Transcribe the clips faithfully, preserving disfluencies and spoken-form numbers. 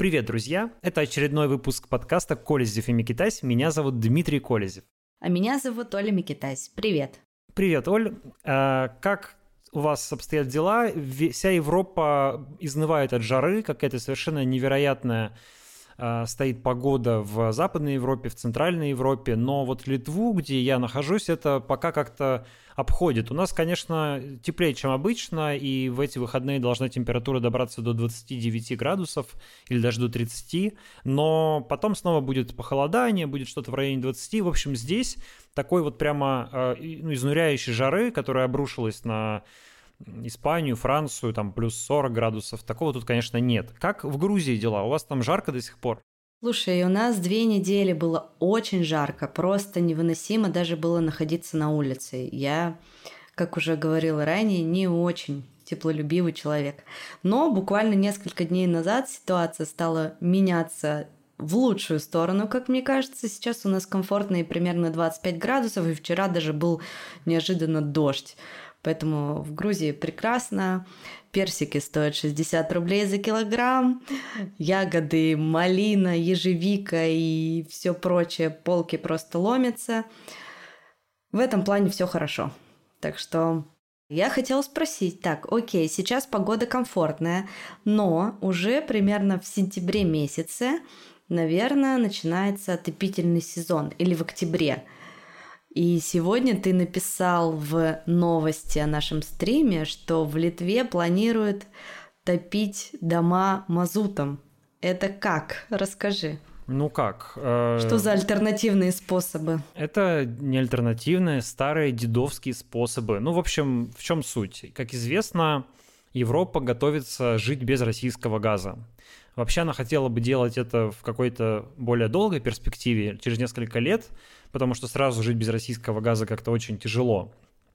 Привет, друзья! Это очередной выпуск подкаста «Колезев и Микитась». Меня зовут Дмитрий Колезев. А меня зовут Оля Микитась. Привет! Привет, Оль. А, как у вас обстоят дела? Вся Европа изнывает от жары, какая-то совершенно невероятная а, стоит погода в Западной Европе, в Центральной Европе, но вот Литву, где я нахожусь, это пока как-то обходит. У нас, конечно, теплее, чем обычно, и в эти выходные должна температура добраться до двадцати девяти градусов или даже до тридцати, но потом снова будет похолодание, будет что-то в районе двадцати. В общем, здесь такой вот прямо ну, изнуряющей жары, которая обрушилась на Испанию, Францию, там плюс сорок градусов, такого тут, конечно, нет. Как в Грузии дела? У вас там жарко до сих пор? Слушай, у нас две недели было очень жарко, просто невыносимо даже было находиться на улице. Я, как уже говорила ранее, не очень теплолюбивый человек. Но буквально несколько дней назад ситуация стала меняться в лучшую сторону, как мне кажется. Сейчас у нас комфортные примерно двадцать пять градусов, и вчера даже был неожиданно дождь. Поэтому в Грузии прекрасно. Персики стоят шестьдесят рублей за килограмм. Ягоды, малина, ежевика и все прочее, полки просто ломятся. В этом плане все хорошо. Так что я хотела спросить, так, окей, сейчас погода комфортная, но уже примерно в сентябре месяце, наверное, начинается отопительный сезон или в октябре. И сегодня ты написал в новости о нашем стриме, что в Литве планируют топить дома мазутом. Это как? Расскажи. Ну как? Э... Что за альтернативные способы? Это не альтернативные, старые дедовские способы. Ну, в общем, в чем суть? Как известно, Европа готовится жить без российского газа. Вообще она хотела бы делать это в какой-то более долгой перспективе, через несколько лет, потому что сразу жить без российского газа как-то очень тяжело.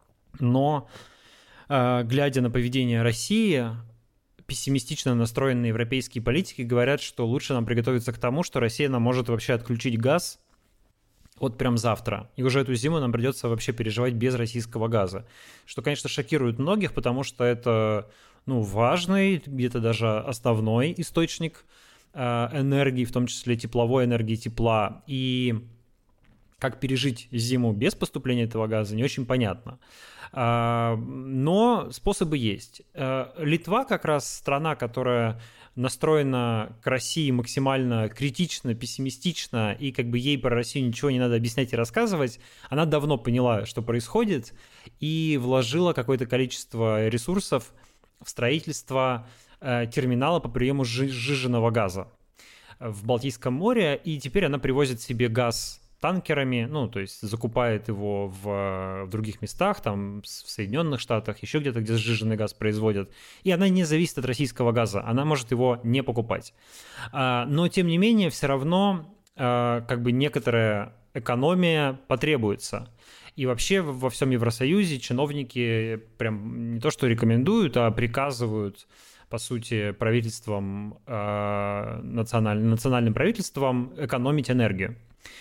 Но, э, глядя на поведение России, пессимистично настроенные европейские политики говорят, что лучше нам приготовиться к тому, что Россия нам может вообще отключить газ вот прям завтра. И уже эту зиму нам придется вообще переживать без российского газа. Что, конечно, шокирует многих, потому что это ну, важный, где-то даже основной источник э, энергии, в том числе тепловой энергии, тепла. И как пережить зиму без поступления этого газа, не очень понятно. Э, но способы есть. Э, Литва как раз страна, которая настроена к России максимально критично, пессимистично, и как бы ей про Россию ничего не надо объяснять и рассказывать, она давно поняла, что происходит, и вложила какое-то количество ресурсов в строительство э, терминала по приему сжиженного газа в Балтийском море, и теперь она привозит себе газ танкерами, ну, то есть закупает его в, в других местах, там в Соединенных Штатах, еще где-то, где сжиженный газ производят, и она не зависит от российского газа, она может его не покупать. А, но, тем не менее, все равно а, как бы некоторая экономия потребуется. И вообще во всем Евросоюзе чиновники прям не то что рекомендуют, а приказывают, по сути, правительством, э, национальным, национальным правительством экономить энергию.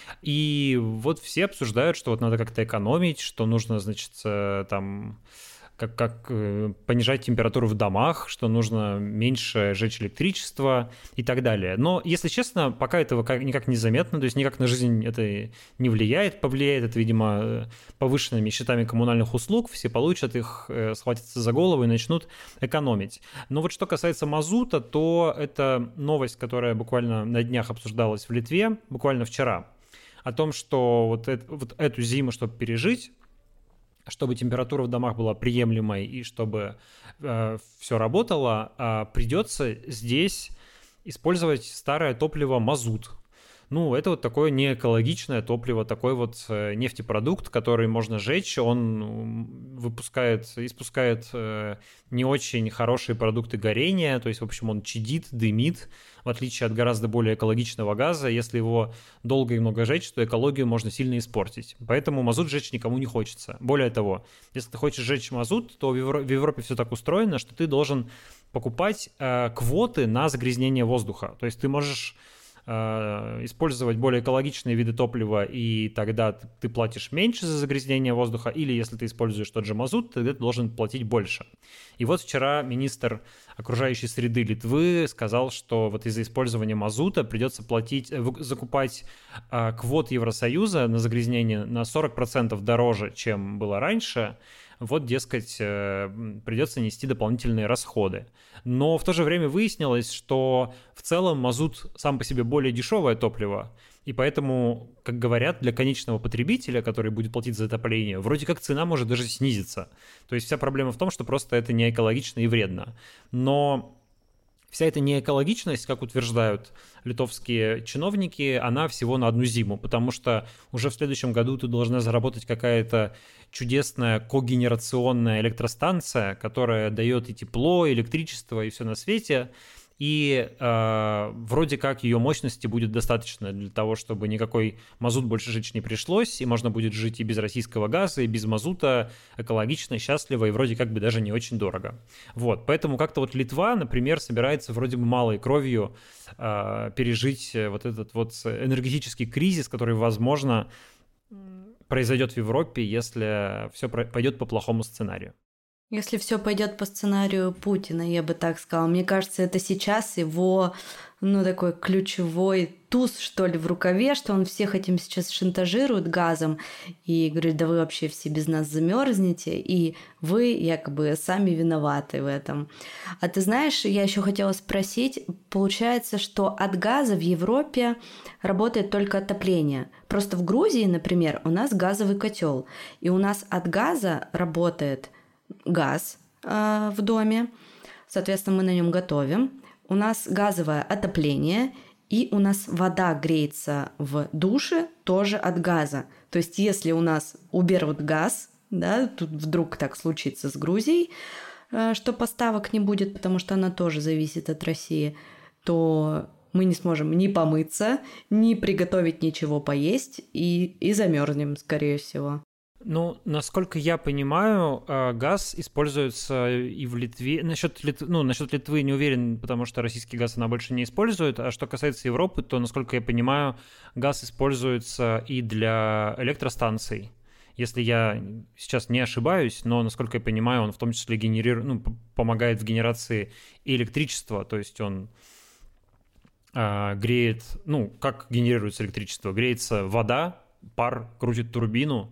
И вот все обсуждают, что вот надо как-то экономить, что нужно, значит, там... Как, как понижать температуру в домах, что нужно меньше жечь электричество и так далее. Но, если честно, пока этого никак не заметно, то есть никак на жизнь это не влияет, повлияет это, видимо, повышенными счетами коммунальных услуг, все получат их, схватятся за голову и начнут экономить. Но вот что касается мазута, то это новость, которая буквально на днях обсуждалась в Литве, буквально вчера, о том, что вот, это, вот эту зиму, чтобы пережить, чтобы температура в домах была приемлемой и чтобы э, все работало, э, придется здесь использовать старое топливо мазут. Ну, это вот такое неэкологичное топливо, такой вот э, нефтепродукт, который можно жечь, он выпускает, испускает э, не очень хорошие продукты горения, то есть, в общем, он чадит, дымит, в отличие от гораздо более экологичного газа. Если его долго и много жечь, то экологию можно сильно испортить. Поэтому мазут жечь никому не хочется. Более того, если ты хочешь жечь мазут, то в, Евро- в Европе все так устроено, что ты должен покупать э, квоты на загрязнение воздуха. То есть ты можешь использовать более экологичные виды топлива, и тогда ты платишь меньше за загрязнение воздуха, или если ты используешь тот же мазут, тогда ты должен платить больше. И вот вчера министр окружающей среды Литвы сказал, что вот из-за использования мазута придется платить, закупать квот Евросоюза на загрязнение на сорок процентов дороже, чем было раньше. Вот, дескать, придется нести дополнительные расходы. Но в то же время выяснилось, что в целом мазут сам по себе более дешевое топливо, и поэтому, как говорят, для конечного потребителя, который будет платить за отопление, вроде как цена может даже снизиться. То есть вся проблема в том, что просто это не экологично и вредно. Но вся эта неэкологичность, как утверждают литовские чиновники, она всего на одну зиму, потому что уже в следующем году тут должна заработать какая-то чудесная когенерационная электростанция, которая дает и тепло, и электричество, и все на свете. И э, вроде как ее мощности будет достаточно для того, чтобы никакой мазут больше жечь не пришлось, и можно будет жить и без российского газа, и без мазута, экологично, счастливо, и вроде как бы даже не очень дорого. Вот, поэтому как-то вот Литва, например, собирается вроде бы малой кровью э, пережить вот этот вот энергетический кризис, который, возможно, произойдет в Европе, если все пойдет по плохому сценарию. Если все пойдет по сценарию Путина, я бы так сказала. Мне кажется, это сейчас его, ну, такой ключевой туз, что ли, в рукаве, что он всех этим сейчас шантажирует газом и говорит, да вы вообще все без нас замерзнете, и вы якобы сами виноваты в этом. А ты знаешь, я еще хотела спросить, получается, что от газа в Европе работает только отопление. Просто в Грузии, например, у нас газовый котел, и у нас от газа работает газ э, в доме, соответственно, мы на нем готовим. У нас газовое отопление, и у нас вода греется в душе тоже от газа. То есть, если у нас уберут газ, да, тут вдруг так случится с Грузией, э, что поставок не будет, потому что она тоже зависит от России, то мы не сможем ни помыться, ни приготовить ничего поесть, и, и замерзнем, скорее всего. Ну, насколько я понимаю, газ используется и в Литве. Насчет, Лит... ну, насчет Литвы не уверен, потому что российский газ она больше не использует. А что касается Европы, то, насколько я понимаю, газ используется и для электростанций. Если я сейчас не ошибаюсь, но, насколько я понимаю, он в том числе генерирует, ну, помогает в генерации электричества. То есть он а, греет... Ну, как генерируется электричество? Греется вода, пар крутит турбину,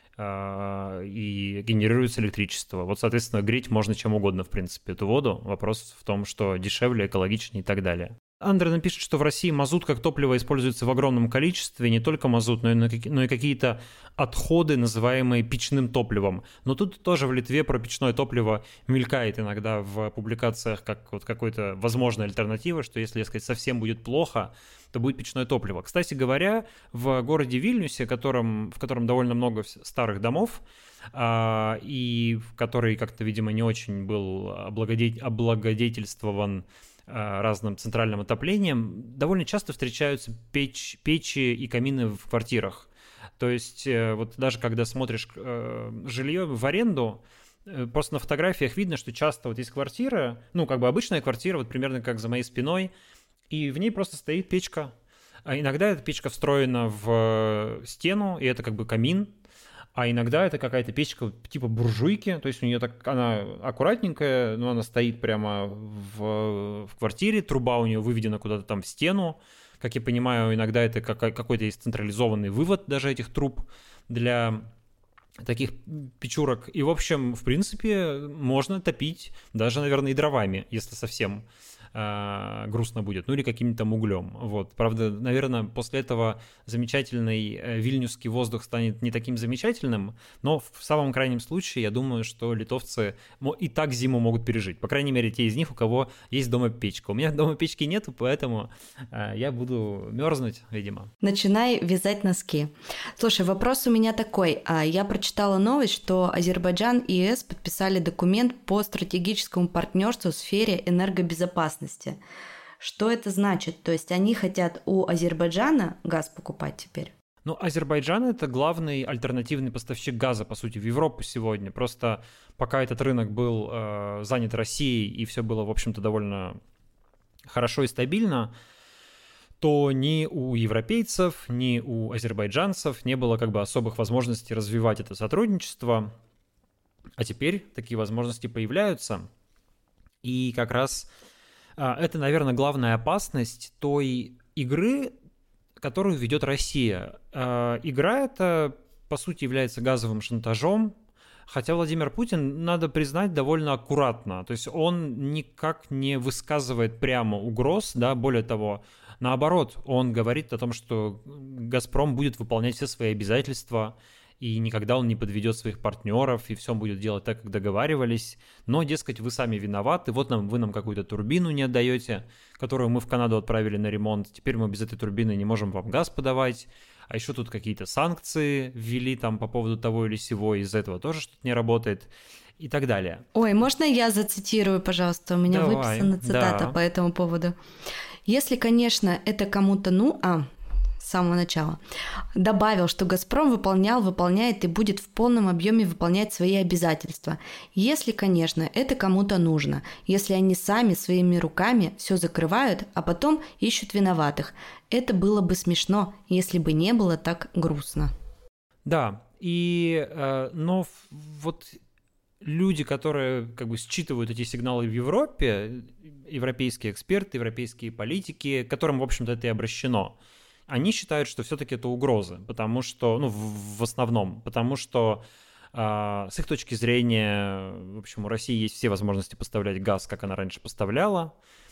и генерируется электричество. Вот, соответственно, греть можно чем угодно, в принципе, эту воду. Вопрос в том, что дешевле, экологичнее и так далее. Андре напишет, что в России мазут как топливо используется в огромном количестве, не только мазут, но и, но и какие-то отходы, называемые печным топливом. Но тут тоже в Литве про печное топливо мелькает иногда в публикациях как вот какой-то возможная альтернатива, что если, так сказать, совсем будет плохо, то будет печное топливо. Кстати говоря, в городе Вильнюсе, котором, в котором довольно много старых домов, а, и в который как-то, видимо, не очень был облагодетель, облагодетельствован разным центральным отоплением, довольно часто встречаются печь, печи и камины в квартирах. То есть вот даже когда смотришь жилье в аренду, просто на фотографиях видно, что часто вот есть квартира, ну как бы обычная квартира, вот примерно как за моей спиной, и в ней просто стоит печка. А иногда эта печка встроена в стену, и это как бы камин. А иногда это какая-то печка типа буржуйки, то есть у нее так, она аккуратненькая, но она стоит прямо в, в квартире, труба у нее выведена куда-то там в стену. Как я понимаю, иногда это какой-то есть централизованный вывод даже этих труб для таких печурок. И, в общем, в принципе, можно топить даже, наверное, и дровами, если совсем э, грустно будет, ну или каким-то там углем. Вот. Правда, наверное, после этого замечательный э, вильнюсский воздух станет не таким замечательным, но в самом крайнем случае, я думаю, что литовцы и так зиму могут пережить. По крайней мере, те из них, у кого есть дома печка. У меня дома печки нету, поэтому э, я буду мерзнуть, видимо. Начинай вязать носки. Слушай, вопрос у меня такой. Я прочитала новость, что Азербайджан и ЕС подписали документ по стратегическому партнерству в сфере энергобезопасности. Что это значит? То есть они хотят у Азербайджана газ покупать теперь? Ну, Азербайджан — это главный альтернативный поставщик газа, по сути, в Европу сегодня. Просто пока этот рынок был э, занят Россией, и все было, в общем-то, довольно хорошо и стабильно, то ни у европейцев, ни у азербайджанцев не было как бы особых возможностей развивать это сотрудничество. А теперь такие возможности появляются. И как раз это, наверное, главная опасность той игры, которую ведет Россия. Игра эта, по сути, является газовым шантажом, хотя Владимир Путин, надо признать, довольно аккуратно. То есть он никак не высказывает прямо угроз, да, более того, наоборот, он говорит о том, что «Газпром» будет выполнять все свои обязательства, и никогда он не подведет своих партнеров, и все будет делать так, как договаривались. Но, дескать, вы сами виноваты, вот нам, вы нам какую-то турбину не отдаете, которую мы в Канаду отправили на ремонт, теперь мы без этой турбины не можем вам газ подавать, а еще тут какие-то санкции ввели там по поводу того или сего, из-за этого тоже что-то не работает, и так далее. Ой, можно я зацитирую, пожалуйста? У меня Давай, выписана цитата да. по этому поводу. Если, конечно, это кому-то, ну, а... с самого начала, добавил, что «Газпром» выполнял, выполняет и будет в полном объеме выполнять свои обязательства. Если, конечно, это кому-то нужно, если они сами своими руками все закрывают, а потом ищут виноватых. Это было бы смешно, если бы не было так грустно. Да, и, э, но вот люди, которые как бы считывают эти сигналы в Европе, европейские эксперты, европейские политики, к которым, в общем-то, это и обращено, они считают, что все-таки это угрозы, потому что, ну, в, в основном, потому что э, с их точки зрения, в общем, у России есть все возможности поставлять газ, как она раньше поставляла.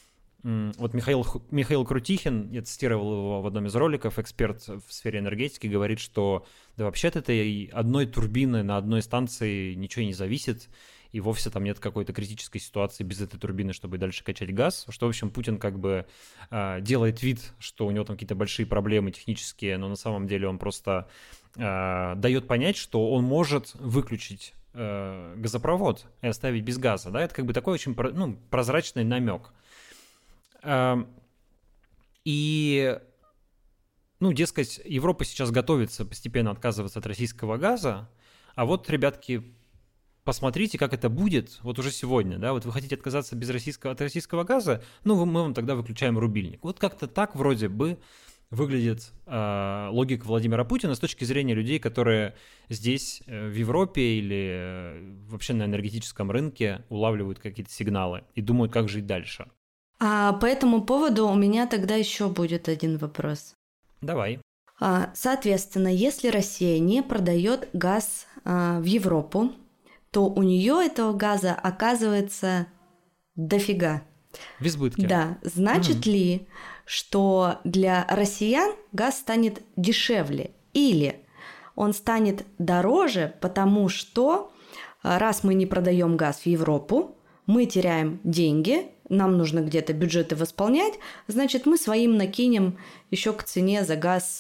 Вот Михаил, Михаил Крутихин, я цитировал его в одном из роликов, эксперт в сфере энергетики, говорит, что да вообще-то этой одной турбины на одной станции ничего не зависит, и вовсе там нет какой-то критической ситуации без этой турбины, чтобы дальше качать газ, что, в общем, Путин как бы э, делает вид, что у него там какие-то большие проблемы технические, но на самом деле он просто э, дает понять, что он может выключить э, газопровод и оставить без газа, да, это как бы такой очень ну, прозрачный намек. Э, и, ну, дескать, Европа сейчас готовится постепенно отказываться от российского газа, а вот, ребятки, посмотрите, как это будет вот уже сегодня, да, вот вы хотите отказаться без российского, от российского газа, ну, мы вам тогда выключаем рубильник. Вот как-то так вроде бы выглядит э, логика Владимира Путина с точки зрения людей, которые здесь, э, в Европе или э, вообще на энергетическом рынке улавливают какие-то сигналы и думают, как жить дальше. А по этому поводу у меня тогда еще будет один вопрос. Давай. А, соответственно, если Россия не продает газ а, в Европу, то у нее этого газа оказывается дофига. В избытке. Да. Значит mm. ли, что для россиян газ станет дешевле? Или он станет дороже, потому что раз мы не продаем газ в Европу, мы теряем деньги, нам нужно где-то бюджеты восполнять, значит, мы своим накинем еще к цене за газ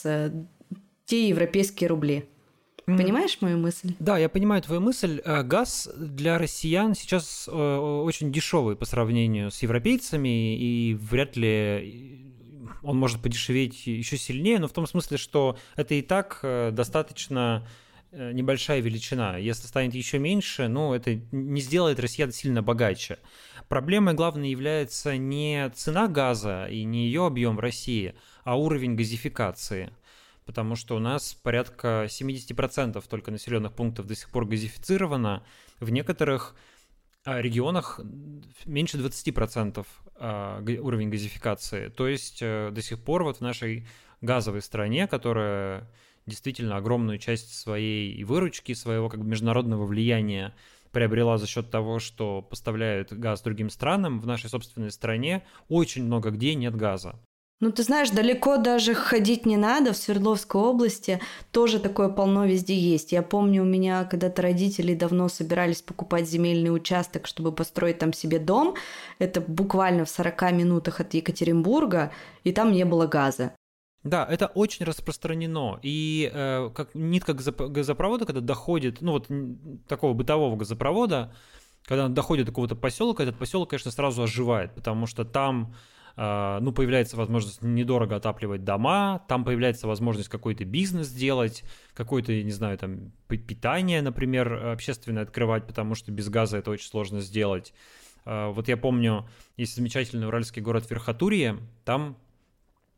те европейские рубли. Понимаешь мою мысль? Да, я понимаю твою мысль. Газ для россиян сейчас очень дешевый по сравнению с европейцами, и вряд ли он может подешеветь еще сильнее, но в том смысле, что это и так достаточно небольшая величина. Если станет еще меньше, ну, это не сделает россиян сильно богаче. Проблемой главной является не цена газа и не ее объем в России, а уровень газификации. Потому что у нас порядка семьдесят процентов только населенных пунктов до сих пор газифицировано. В некоторых регионах меньше двадцать процентов уровень газификации. То есть до сих пор вот в нашей газовой стране, которая действительно огромную часть своей выручки, своего как бы международного влияния приобрела за счет того, что поставляют газ другим странам, в нашей собственной стране очень много где нет газа. Ну, ты знаешь, далеко даже ходить не надо. В Свердловской области тоже такое полно везде есть. Я помню, у меня когда-то родители давно собирались покупать земельный участок, чтобы построить там себе дом. Это буквально в сорока минутах от Екатеринбурга, и там не было газа. Да, это очень распространено. И э, как нитка газопровода, когда доходит, ну вот такого бытового газопровода, когда он доходит до какого-то поселка, этот поселок, конечно, сразу оживает, потому что там ну, появляется возможность недорого отапливать дома, там появляется возможность какой-то бизнес делать, какое-то, я не знаю, там, питание, например, общественное открывать, потому что без газа это очень сложно сделать. Вот я помню, есть замечательный уральский город Верхотурье, там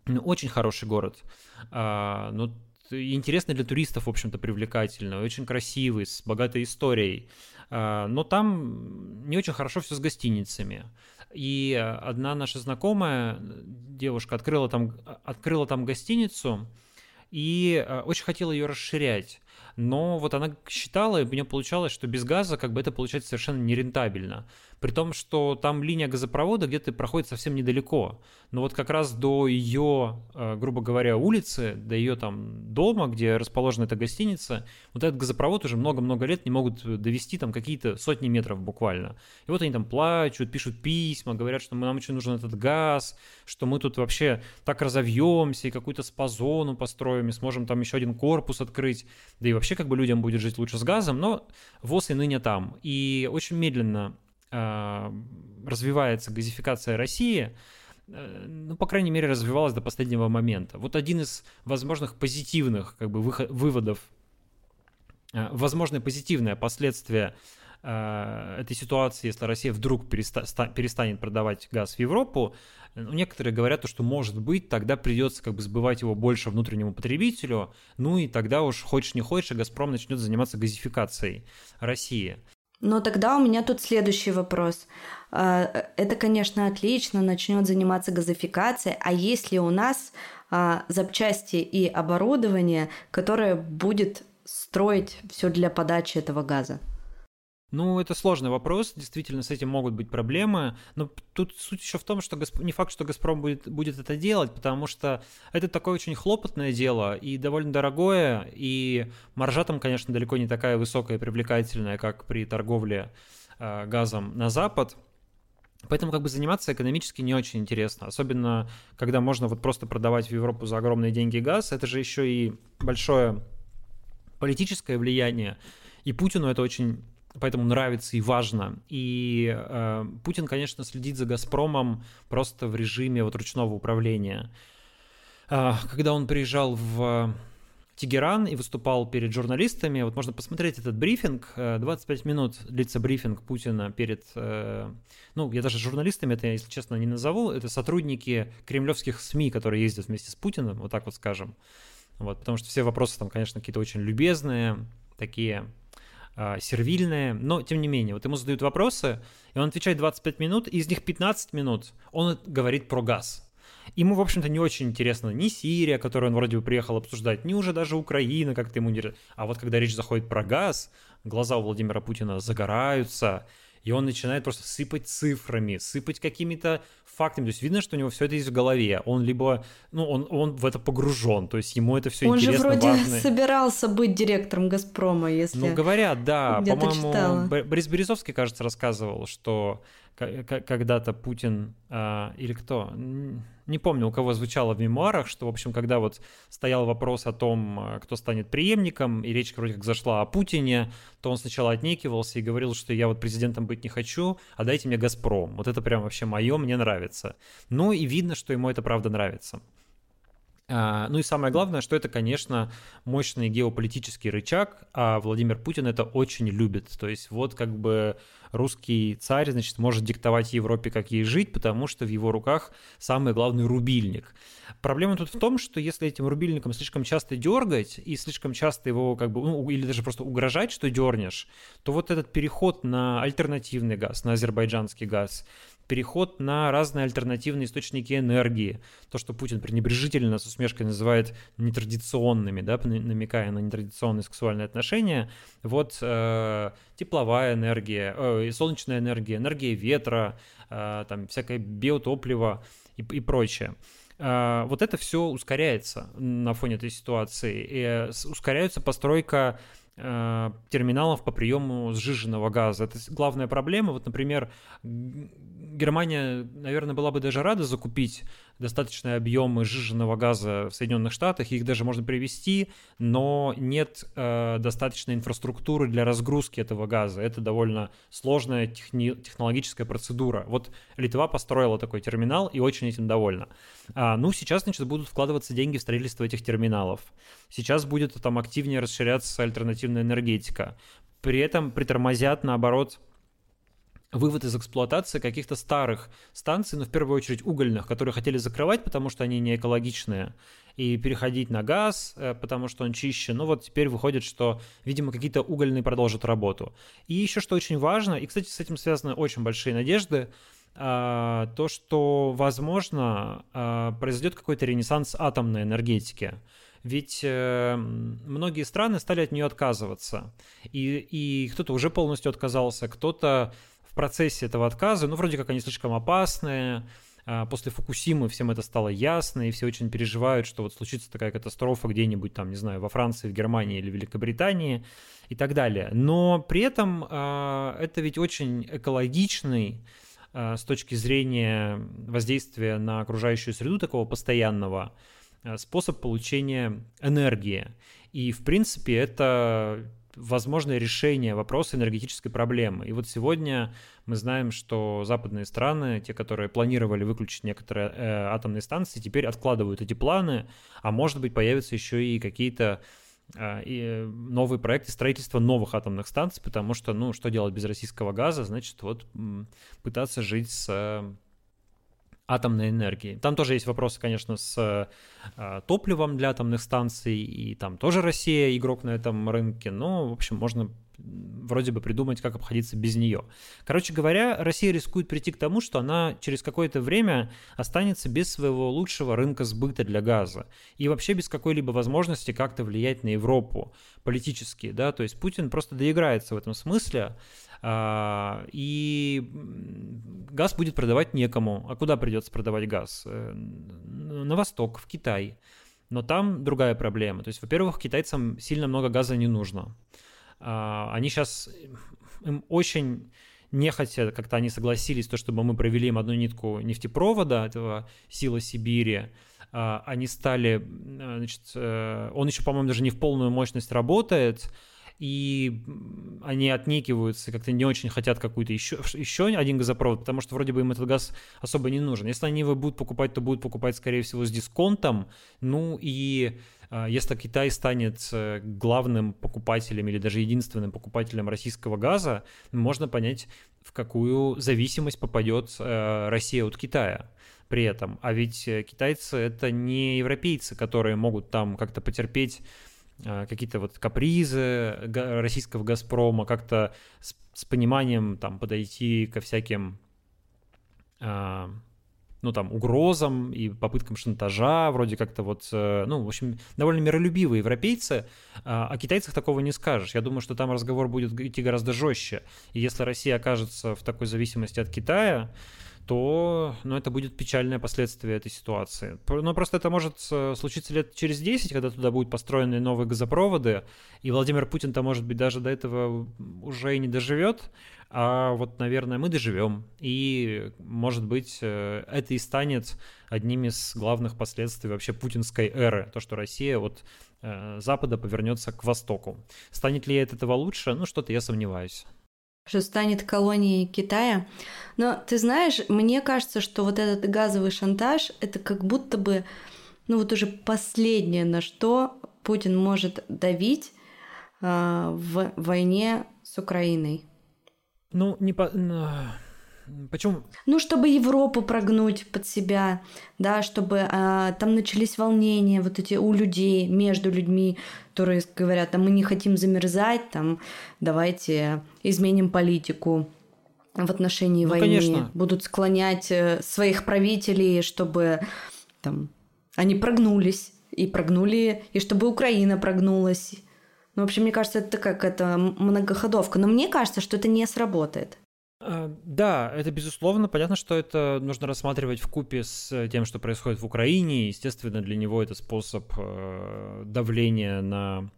Очень хороший город. А, ну, интересный для туристов, в общем-то, привлекательный, очень красивый, с богатой историей. А, но там не очень хорошо все с гостиницами. И одна наша знакомая девушка открыла там, открыла там гостиницу и очень хотела ее расширять. Но вот она считала, и у нее получалось, что без газа как бы это получается совершенно нерентабельно. При том, что там линия газопровода где-то проходит совсем недалеко. Но вот как раз до ее, грубо говоря, улицы, до ее там дома, где расположена эта гостиница, вот этот газопровод уже много-много лет не могут довести там какие-то сотни метров буквально. И вот они там плачут, пишут письма, говорят, что нам очень нужен этот газ, что мы тут вообще так разовьемся и какую-то спа-зону построим, и сможем там еще один корпус открыть. Да и вообще как бы людям будет жить лучше с газом, но ВОЗ и ныне там. И очень медленно развивается газификация России, ну, по крайней мере, развивалась до последнего момента. Вот один из возможных позитивных как бы, выход, выводов, возможное позитивное последствие этой ситуации, если Россия вдруг переста- перестанет продавать газ в Европу, ну, некоторые говорят, что, может быть, тогда придется как бы сбывать его больше внутреннему потребителю, ну и тогда уж хочешь не хочешь, «Газпром» начнет заниматься газификацией России. Но тогда у меня тут следующий вопрос. Это, конечно, отлично, начнет заниматься газификацией, а есть ли у нас запчасти и оборудование, которое будет строить все для подачи этого газа? Ну, это сложный вопрос, действительно, с этим могут быть проблемы, но тут суть еще в том, что Газп... не факт, что «Газпром» будет, будет это делать, потому что это такое очень хлопотное дело и довольно дорогое, и маржа там, конечно, далеко не такая высокая и привлекательная, как при торговле э, газом на Запад, поэтому как бы заниматься экономически не очень интересно, особенно когда можно вот просто продавать в Европу за огромные деньги газ, это же еще и большое политическое влияние, и Путину это очень... поэтому нравится и важно. И э, Путин, конечно, следит за «Газпромом» просто в режиме вот ручного управления. Э, когда он приезжал в Тегеран и выступал перед журналистами, вот можно посмотреть этот брифинг, двадцать пять минут длится брифинг Путина перед, э, ну, я даже журналистами это, если честно, не назову, это сотрудники кремлевских СМИ, которые ездят вместе с Путиным, вот так вот скажем. Вот, потому что все вопросы там, конечно, какие-то очень любезные, такие... сервильные, но тем не менее, вот ему задают вопросы, и он отвечает двадцать пять минут, и из них пятнадцать минут он говорит про газ. Ему, в общем-то, не очень интересно ни Сирия, которую он вроде бы приехал обсуждать, ни уже даже Украина, как-то ему не... А вот когда речь заходит про газ, глаза у Владимира Путина загораются, и он начинает просто сыпать цифрами, сыпать какими-то фактами. То есть видно, что у него все это есть в голове. Он либо, ну, он, он в это погружен, то есть ему это все он интересно, важно. Он же вроде важно. собирался быть директором «Газпрома», если... Ну, говорят, да. По-моему, читала. Борис Березовский, кажется, рассказывал, что когда-то Путин э, или кто, не помню, у кого звучало в мемуарах, что, в общем, когда вот стоял вопрос о том, кто станет преемником, и речь вроде как зашла о Путине, то он сначала отнекивался и говорил, что я вот президентом быть не хочу, а дайте мне «Газпром». Вот это прям вообще мое, мне нравится. Ну и видно, что ему это правда нравится. Ну и самое главное, что это, конечно, мощный геополитический рычаг, а Владимир Путин это очень любит. То есть вот как бы русский царь, значит, может диктовать Европе, как ей жить, потому что в его руках самый главный рубильник. Проблема тут в том, что если этим рубильником слишком часто дергать и слишком часто его как бы, ну, или даже просто угрожать, что дернешь, то вот этот переход на альтернативный газ, на азербайджанский газ, переход на разные альтернативные источники энергии, то, что Путин пренебрежительно с усмешкой называет нетрадиционными, да, намекая на нетрадиционные сексуальные отношения, вот э, тепловая энергия, э, солнечная энергия, энергия ветра, э, там всякое биотопливо и, и прочее. Э, вот это все ускоряется на фоне этой ситуации, и э, ускоряется постройка терминалов по приему сжиженного газа. Это главная проблема. Вот, например, Германия, наверное, была бы даже рада закупить достаточные объемы сжиженного газа в Соединенных Штатах, их даже можно привезти, но нет э, достаточной инфраструктуры для разгрузки этого газа. Это довольно сложная техни- технологическая процедура. Вот Литва построила такой терминал и очень этим довольна. А, ну, сейчас, значит, будут вкладываться деньги в строительство этих терминалов. Сейчас будет там активнее расширяться альтернативная энергетика. При этом притормозят, наоборот, вывод из эксплуатации каких-то старых станций, но в первую очередь угольных, которые хотели закрывать, потому что они не экологичные, и переходить на газ, потому что он чище. Ну вот теперь выходит, что, видимо, какие-то угольные продолжат работу. И еще что очень важно, и, кстати, с этим связаны очень большие надежды, то, что, возможно, произойдет какой-то ренессанс атомной энергетики. Ведь многие страны стали от нее отказываться. И, и кто-то уже полностью отказался, кто-то в процессе этого отказа, ну, вроде как они слишком опасные. После Фукусимы всем это стало ясно, и все очень переживают, что вот случится такая катастрофа где-нибудь там, не знаю, во Франции, в Германии или Великобритании и так далее. Но при этом это ведь очень экологичный с точки зрения воздействия на окружающую среду такого постоянного способ получения энергии. И, в принципе, это возможное решение вопроса энергетической проблемы. И вот сегодня мы знаем, что западные страны, те, которые планировали выключить некоторые э, атомные станции, теперь откладывают эти планы, а может быть появятся еще и какие-то э, и новые проекты строительства новых атомных станций, потому что, ну, что делать без российского газа, значит, вот пытаться жить с атомной энергии. Там тоже есть вопросы, конечно, с э, топливом для атомных станций, и там тоже Россия игрок на этом рынке, но, в общем, можно вроде бы придумать, как обходиться без нее. Короче говоря, Россия рискует прийти к тому, что она через какое-то время останется без своего лучшего рынка сбыта для газа и вообще без какой-либо возможности как-то влиять на Европу политически, да, то есть Путин просто доиграется в этом смысле, и газ будет продавать некому. А куда придется продавать газ? На восток, в Китай. Но там другая проблема. То есть, во-первых, китайцам сильно много газа не нужно. Они сейчас, им очень нехотя как-то они согласились, то, чтобы мы провели им одну нитку нефтепровода, этого «Сила Сибири». Они стали, значит, он еще, по-моему, даже не в полную мощность работает, и они отнекиваются, как-то не очень хотят какую-то еще, еще один газопровод, потому что вроде бы им этот газ особо не нужен. Если они его будут покупать, то будут покупать, скорее всего, с дисконтом. Ну и если Китай станет главным покупателем или даже единственным покупателем российского газа, можно понять, в какую зависимость попадет Россия от Китая при этом. А ведь китайцы — это не европейцы, которые могут там как-то потерпеть какие-то вот капризы российского «Газпрома», как-то с, с пониманием там подойти ко всяким, а, ну там, угрозам и попыткам шантажа, вроде как-то вот, ну, в общем, довольно миролюбивые европейцы, а, о китайцах такого не скажешь. Я думаю, что там разговор будет идти гораздо жестче. И если Россия окажется в такой зависимости от Китая, то, ну, это будет печальное последствие этой ситуации. Но просто это может случиться лет через десять, когда туда будут построены новые газопроводы, и Владимир Путин-то, может быть, даже до этого уже и не доживет, а вот, наверное, мы доживем. И, может быть, это и станет одним из главных последствий вообще путинской эры, то, что Россия от Запада повернется к Востоку. Станет ли от этого лучше? Ну, что-то я сомневаюсь. Что станет колонией Китая. Но ты знаешь, мне кажется, что вот этот газовый шантаж — это как будто бы, ну вот уже последнее, на что Путин может давить э, в войне с Украиной. Ну, не по... Почему? Ну, чтобы Европу прогнуть под себя, да, чтобы а, там начались волнения вот эти у людей, между людьми, которые говорят, а мы не хотим замерзать, там, давайте изменим политику в отношении ну, войны. Конечно. Будут склонять своих правителей, чтобы там, они прогнулись, и прогнули, и чтобы Украина прогнулась. Ну, в общем, мне кажется, это как это многоходовка. Но мне кажется, что это не сработает. Да, это безусловно. Понятно, что это нужно рассматривать вкупе с тем, что происходит в Украине. Естественно, для него это способ давления на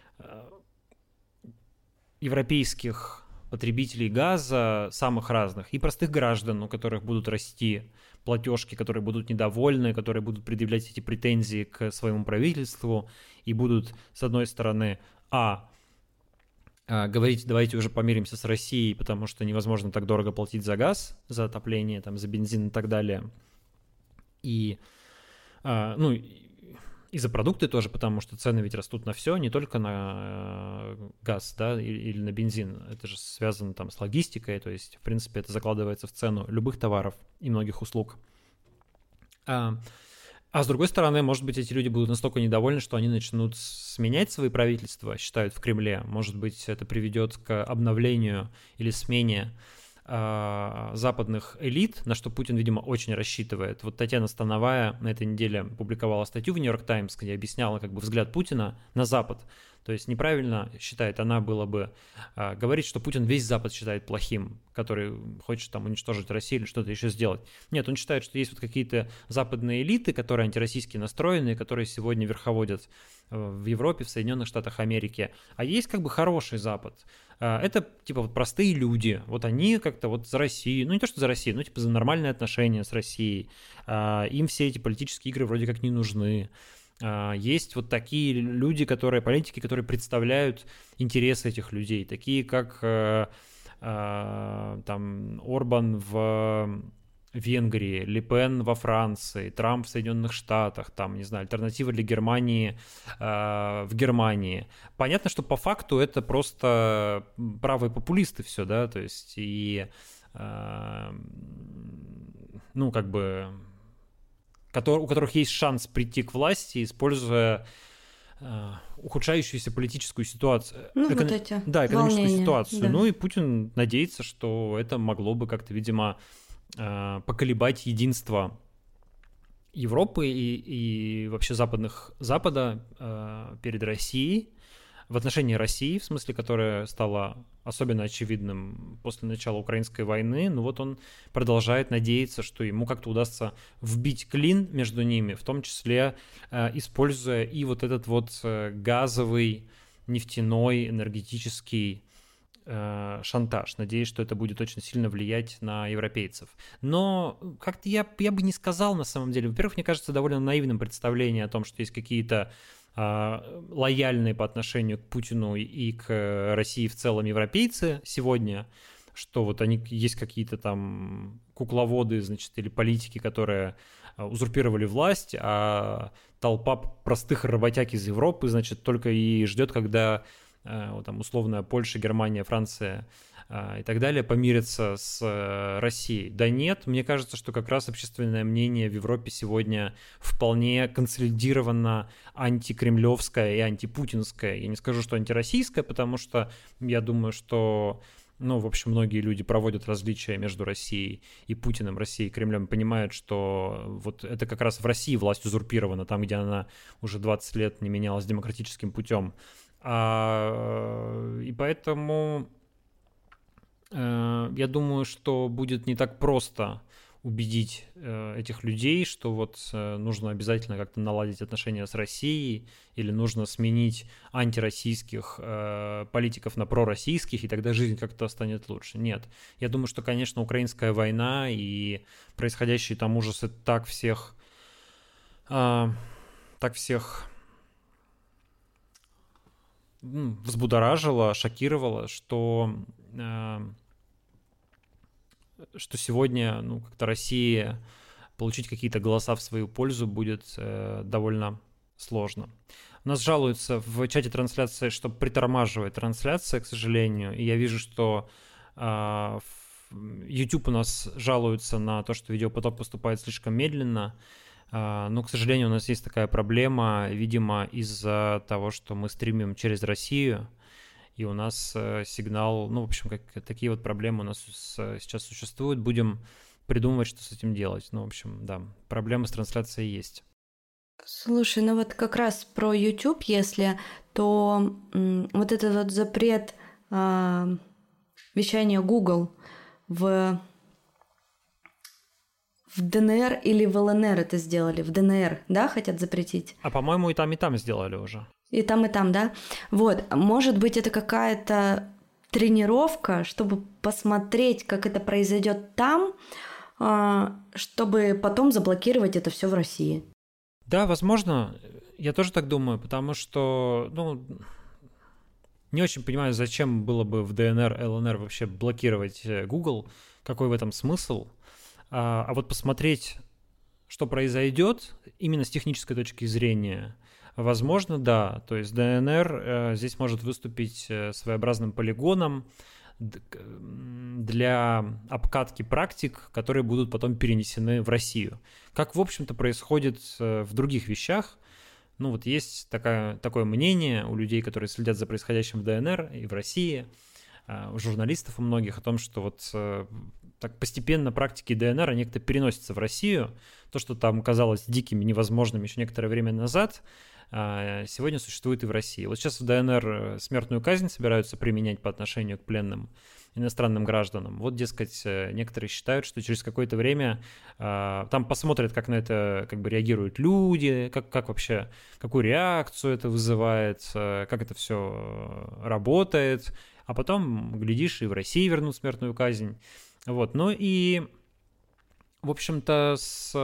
европейских потребителей газа, самых разных, и простых граждан, у которых будут расти платежки, которые будут недовольны, которые будут предъявлять эти претензии к своему правительству и будут, с одной стороны, а говорить, давайте уже помиримся с Россией, потому что невозможно так дорого платить за газ, за отопление, там, за бензин и так далее. И, ну, И за продукты тоже, потому что цены ведь растут на все, не только на газ, да, или на бензин. Это же связано там с логистикой, то есть, в принципе, это закладывается в цену любых товаров и многих услуг. А, а с другой стороны, может быть, эти люди будут настолько недовольны, что они начнут сменять свои правительства, считают в Кремле. Может быть, это приведет к обновлению или смене западных элит, на что Путин, видимо, очень рассчитывает. Вот Татьяна Становая на этой неделе публиковала статью в «Нью-Йорк Таймс», где объясняла как бы взгляд Путина на Запад. То есть неправильно, считает она, было бы а, говорить, что Путин весь Запад считает плохим, который хочет там уничтожить Россию или что-то еще сделать. Нет, он считает, что есть вот какие-то западные элиты, которые антироссийски настроены, которые сегодня верховодят в Европе, в Соединенных Штатах Америки. А есть как бы хороший Запад. Это типа вот простые люди, вот они как-то вот за Россию, ну не то что за Россию, но типа за нормальные отношения с Россией, им все эти политические игры вроде как не нужны. Есть вот такие люди, которые, политики, которые представляют интересы этих людей, такие как там Орбан в Венгрии, Ле Пен во Франции, Трамп в Соединенных Штатах, там, не знаю, альтернатива для Германии э, в Германии. Понятно, что по факту это просто правые популисты все, да, то есть и, э, ну, как бы, котор, у которых есть шанс прийти к власти, используя э, ухудшающуюся политическую ситуацию. Ну, Эко... вот эти Да, экономическую волнения, ситуацию. да. Ну, и Путин надеется, что это могло бы как-то, видимо, поколебать единство Европы и, и вообще западных, Запада э, перед Россией, в отношении России, в смысле, которая стала особенно очевидным после начала украинской войны. Ну вот он продолжает надеяться, что ему как-то удастся вбить клин между ними, в том числе э, используя и вот этот вот э, газовый, нефтяной, энергетический шантаж. Надеюсь, что это будет очень сильно влиять на европейцев. Но как-то я, я бы не сказал на самом деле. Во-первых, мне кажется довольно наивным представление о том, что есть какие-то э, лояльные по отношению к Путину и к России в целом европейцы сегодня, что вот они есть какие-то там кукловоды, значит, или политики, которые узурпировали власть, а толпа простых работяг из Европы, значит, только и ждет, когда там условная Польша, Германия, Франция и так далее помирятся с Россией. Да нет, мне кажется, что как раз общественное мнение в Европе сегодня вполне консолидировано антикремлевское и антипутинское. Я не скажу, что антироссийское, потому что я думаю, что, ну, в общем, многие люди проводят различия между Россией и Путиным, Россией и Кремлем, понимают, что вот это как раз в России власть узурпирована, там, где она уже двадцать лет не менялась демократическим путем. А, и поэтому э, я думаю, что будет не так просто убедить э, этих людей, что вот э, нужно обязательно как-то наладить отношения с Россией или нужно сменить антироссийских э, политиков на пророссийских, и тогда жизнь как-то станет лучше. Нет. Я думаю, что, конечно, украинская война и происходящие там ужасы так всех... Э, так всех... взбудоражило, шокировало, что, э, что сегодня, ну, как-то Россия получить какие-то голоса в свою пользу будет э, довольно сложно. У нас жалуются в чате трансляции, что притормаживает трансляция, к сожалению, и я вижу, что э, YouTube у нас жалуется на то, что видеопоток поступает слишком медленно. Но, к сожалению, у нас есть такая проблема, видимо, из-за того, что мы стримим через Россию, и у нас сигнал, ну, в общем, как, такие вот проблемы у нас сейчас существуют. Будем придумывать, что с этим делать. Ну, в общем, да, проблемы с трансляцией есть. Слушай, ну вот как раз про YouTube, если, то м, вот этот вот запрет э, вещания Google в... В ДНР или в ЛНР это сделали? В ДНР, да, хотят запретить? А, по-моему, и там, и там сделали уже. И там, и там, да? Вот, может быть, это какая-то тренировка, чтобы посмотреть, как это произойдет там, чтобы потом заблокировать это все в России. Да, возможно. Я тоже так думаю, потому что, ну, не очень понимаю, зачем было бы в ДНР, ЛНР вообще блокировать Google, какой в этом смысл. А вот посмотреть, что произойдет именно с технической точки зрения, Возможно, да. То есть ДНР э, здесь может выступить своеобразным полигоном для обкатки практик, которые будут потом перенесены в Россию. Как, в общем-то, происходит в других вещах. Ну вот есть такая, такое мнение у людей, которые следят за происходящим в ДНР и в России, у журналистов у многих, о том, что вот так постепенно практики ДНР, они как-то переносятся в Россию. То, что там казалось диким и невозможным еще некоторое время назад, сегодня существует и в России. Вот сейчас в ДНР смертную казнь собираются применять по отношению к пленным иностранным гражданам. Вот, дескать, некоторые считают, что через какое-то время э, там посмотрят, как на это как бы реагируют люди, как, как вообще, какую реакцию это вызывает, э, как это все работает, а потом, глядишь, и в России вернут смертную казнь. Вот, ну и, в общем-то, с...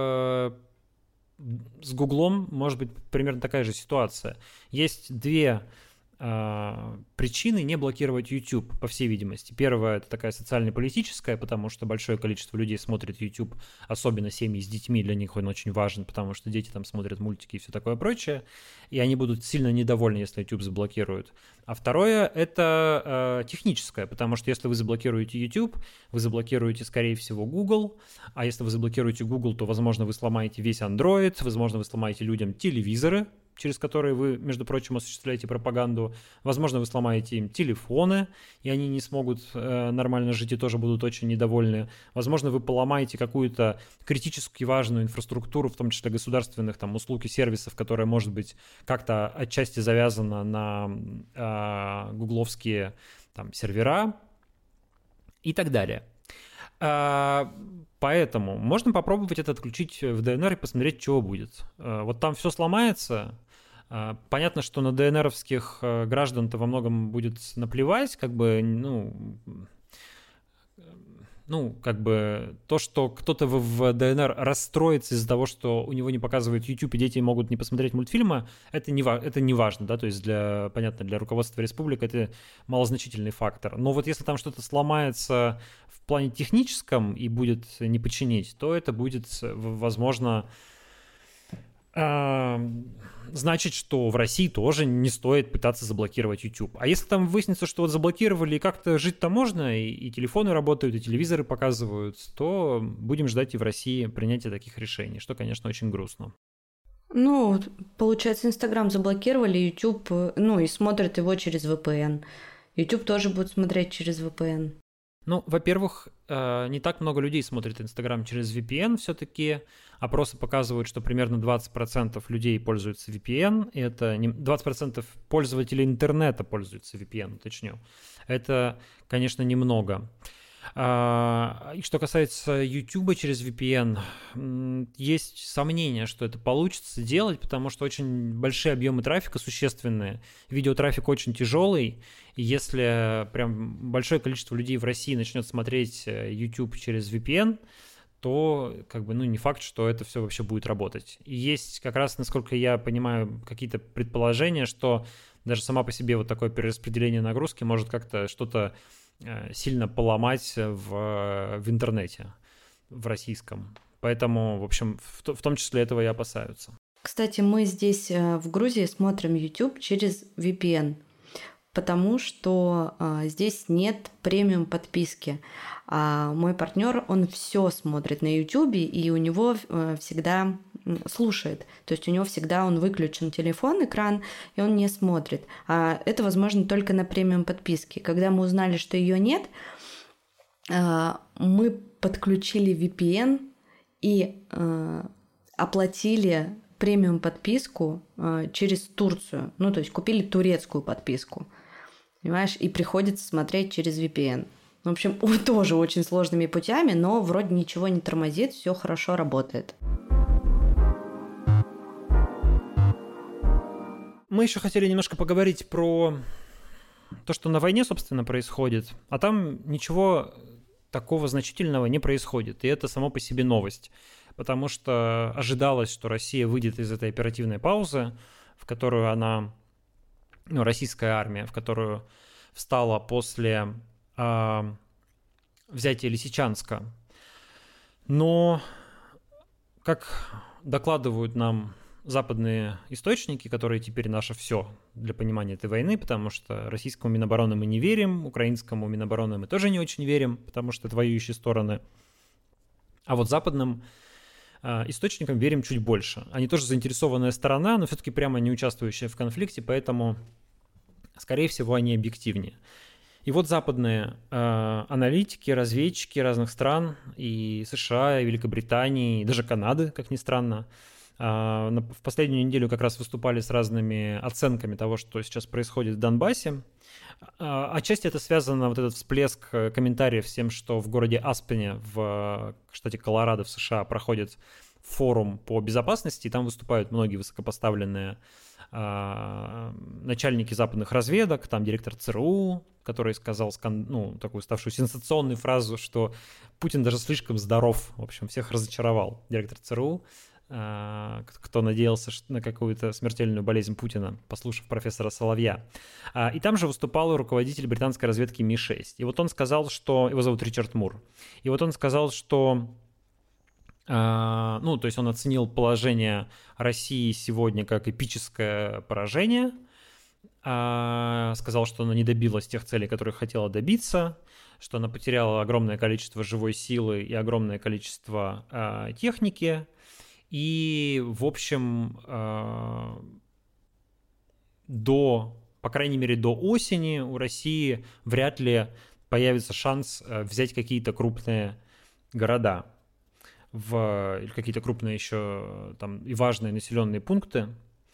С Гуглом может быть примерно такая же ситуация. Есть две э, причины не блокировать YouTube, по всей видимости. Первая — это такая социально-политическая, потому что большое количество людей смотрит YouTube, особенно семьи с детьми, для них он очень важен, потому что дети там смотрят мультики и все такое прочее, и они будут сильно недовольны, если YouTube заблокируют. А второе — это э, техническое, потому что если вы заблокируете YouTube, вы заблокируете, скорее всего, Google, а если вы заблокируете Google, то, возможно, вы сломаете весь Android, возможно, вы сломаете людям телевизоры, через которые вы, между прочим, осуществляете пропаганду, возможно, вы сломаете им телефоны, и они не смогут э, нормально жить и тоже будут очень недовольны, возможно, вы поломаете какую-то критически важную инфраструктуру, в том числе государственных там услуг и сервисов, которая, может быть, как-то отчасти завязана на э, гугловские там сервера и так далее. Поэтому можно попробовать это отключить в ДНР и посмотреть, чего будет. Вот там все сломается. Понятно, что на ДНРовских граждан-то во многом будет наплевать, как бы, ну, ну, как бы то, что кто-то в, в ДНР расстроится из-за того, что у него не показывают YouTube, и дети могут не посмотреть мультфильмы, это не, это не важно, да, то есть для, понятно, для руководства республики это малозначительный фактор. Но вот если там что-то сломается в плане техническом и будет не починить, то это будет, возможно, значит, что в России тоже не стоит пытаться заблокировать YouTube. А если там выяснится, что вот заблокировали и как-то жить-то можно, и, и телефоны работают, и телевизоры показывают, то будем ждать и в России принятия таких решений, что, конечно, очень грустно. Ну, получается, Инстаграм заблокировали, YouTube, ну, и смотрят его через ви пи эн. YouTube тоже будет смотреть через ви пи эн. Ну, во-первых, не так много людей смотрит Инстаграм через ви пи эн все-таки. Опросы показывают, что примерно двадцать процентов людей пользуются ви пи эн. И это двадцать процентов пользователей интернета пользуются ви пи эн, уточню. Это, конечно, немного. И что касается YouTube через ви пи эн, есть сомнения, что это получится делать, потому что очень большие объемы трафика существенные, видеотрафик очень тяжелый, и если прям большое количество людей в России начнет смотреть YouTube через ви пи эн, то как бы, ну, не факт, что это все вообще будет работать. И есть как раз, насколько я понимаю, какие-то предположения, что даже сама по себе вот такое перераспределение нагрузки может как-то что-то сильно поломать в, в интернете, в российском. Поэтому, в общем, в, в том числе этого и опасаются. Кстати, мы здесь в Грузии смотрим YouTube через ви пи эн, потому что а, здесь нет премиум подписки. А мой партнер, он все смотрит на YouTube, и у него а, всегда слушает. То есть у него всегда он выключен телефон, экран, и он не смотрит. А это возможно только на премиум подписке. Когда мы узнали, что ее нет, а, мы подключили ви пи эн и а, оплатили премиум подписку а, через Турцию. Ну, то есть купили турецкую подписку. Понимаешь? И приходится смотреть через ви пи эн. В общем, тоже очень сложными путями, но вроде ничего не тормозит, все хорошо работает. Мы еще хотели немножко поговорить про то, что на войне, собственно, происходит, а там ничего такого значительного не происходит, и это само по себе новость, потому что ожидалось, что Россия выйдет из этой оперативной паузы, в которую она, ну, российская армия, в которую встала после э, взятия Лисичанска. Но, как докладывают нам западные источники, которые теперь наше все для понимания этой войны, потому что российскому Минобороны мы не верим, украинскому Минобороны мы тоже не очень верим, потому что это воюющие стороны. А вот западным э, источникам верим чуть больше. Они тоже заинтересованная сторона, но все-таки прямо не участвующая в конфликте, поэтому, скорее всего, они объективнее. И вот западные э, аналитики, разведчики разных стран, и США, и Великобритании, и даже Канады, как ни странно, э, в последнюю неделю как раз выступали с разными оценками того, что сейчас происходит в Донбассе. Э, отчасти это связано, вот этот всплеск комментариев с тем, что в городе Аспене в штате Колорадо в США проходит форум по безопасности, и там выступают многие высокопоставленные начальники западных разведок, там директор ЦРУ, который сказал ну, такую ставшую сенсационную фразу, что Путин даже слишком здоров, в общем, всех разочаровал. Директор ЦРУ, кто надеялся на какую-то смертельную болезнь Путина, послушав профессора Соловья. И там же выступал руководитель британской разведки Ми шесть. И вот он сказал, что... Его зовут Ричард Мур. И вот он сказал, что... Uh, ну, то есть он оценил положение России сегодня как эпическое поражение, uh, сказал, что она не добилась тех целей, которых хотела добиться, что она потеряла огромное количество живой силы и огромное количество uh, техники, и, в общем, uh, до, по крайней мере, до осени у России вряд ли появится шанс uh, взять какие-то крупные города. В или какие-то крупные еще там и важные населенные пункты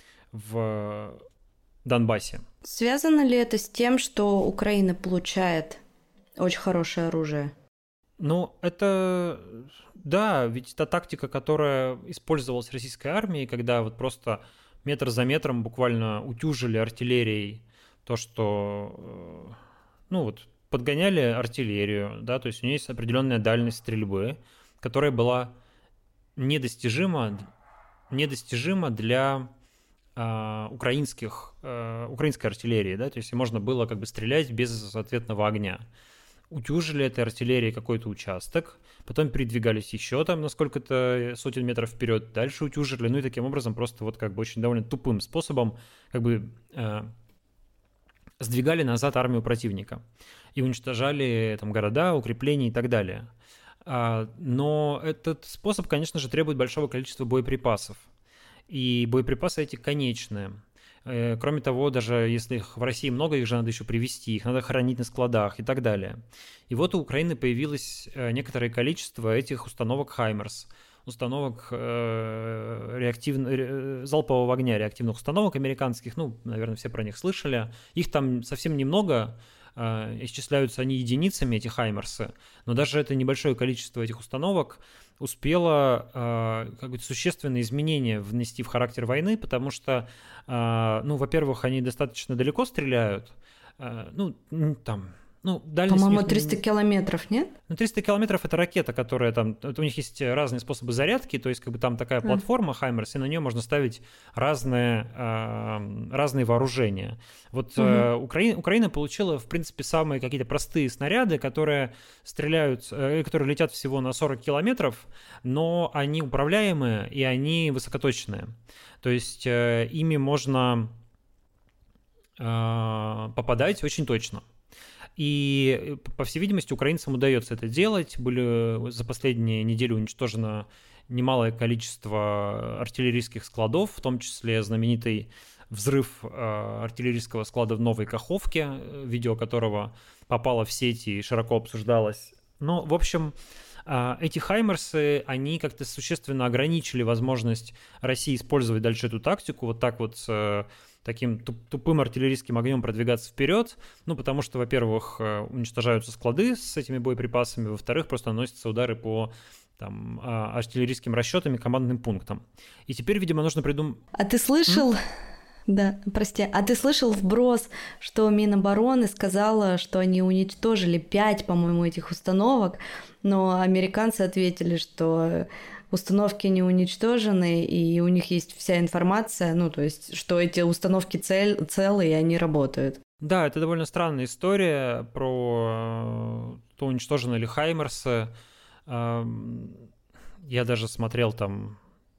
в Донбассе. Связано ли это с тем, что Украина получает очень хорошее оружие? Ну, это... Да, ведь это тактика, которая использовалась российской армией, когда вот просто метр за метром буквально утюжили артиллерией то, что... Ну, вот подгоняли артиллерию, да, то есть у нее есть определенная дальность стрельбы, которая была недостижима, недостижима для э, украинских, э, украинской артиллерии, да, то есть можно было как бы стрелять без ответного огня. Утюжили этой артиллерии какой-то участок, потом передвигались еще там на сколько-то сотен метров вперед, дальше утюжили, ну и таким образом просто вот как бы очень довольно тупым способом как бы э, сдвигали назад армию противника и уничтожали там города, укрепления и так далее. Но этот способ, конечно же, требует большого количества боеприпасов. И боеприпасы эти конечные. Кроме того, даже если их в России много, их же надо еще привезти, их надо хранить на складах и так далее. И вот у Украины появилось некоторое количество этих установок «Хаймерс», установок э, реактив... залпового огня, реактивных установок американских, ну, наверное, все про них слышали. Их там совсем немного, исчисляются они единицами, эти «Хаймерсы», но даже это небольшое количество этих установок успело э, как бы существенные изменения внести в характер войны, потому что, э, ну, во-первых, они достаточно далеко стреляют, э, ну, там... Ну, дальность... По-моему, триста километров, нет? Ну, триста километров — это ракета, которая там... У них есть разные способы зарядки, то есть как бы там такая платформа «Хаймерс», и на нее можно ставить разные, э, разные вооружения. Вот угу. э, Украина, Украина получила, в принципе, самые какие-то простые снаряды, которые стреляют, э, которые летят всего на сорок километров, но они управляемые и они высокоточные. То есть э, ими можно э, попадать очень точно. И, по всей видимости, украинцам удается это делать. Были за последние недели уничтожено немалое количество артиллерийских складов, в том числе знаменитый взрыв артиллерийского склада в Новой Каховке, видео которого попало в сети и широко обсуждалось. Но, в общем, эти «Хаймерсы», они как-то существенно ограничили возможность России использовать дальше эту тактику, вот так вот таким тупым артиллерийским огнем продвигаться вперед, ну, потому что, во-первых, уничтожаются склады с этими боеприпасами, во-вторых, просто наносятся удары по там, артиллерийским расчетам и командным пунктам. И теперь, видимо, нужно придумать... А ты слышал... М? Да, прости. А ты слышал вброс, что Минобороны сказала, что они уничтожили пять, по-моему, этих установок, но американцы ответили, что установки не уничтожены, и у них есть вся информация, ну, то есть, что эти установки цель, целые, и они работают. Да, это довольно странная история про то, уничтожены ли «Хаймерсы». Я даже смотрел там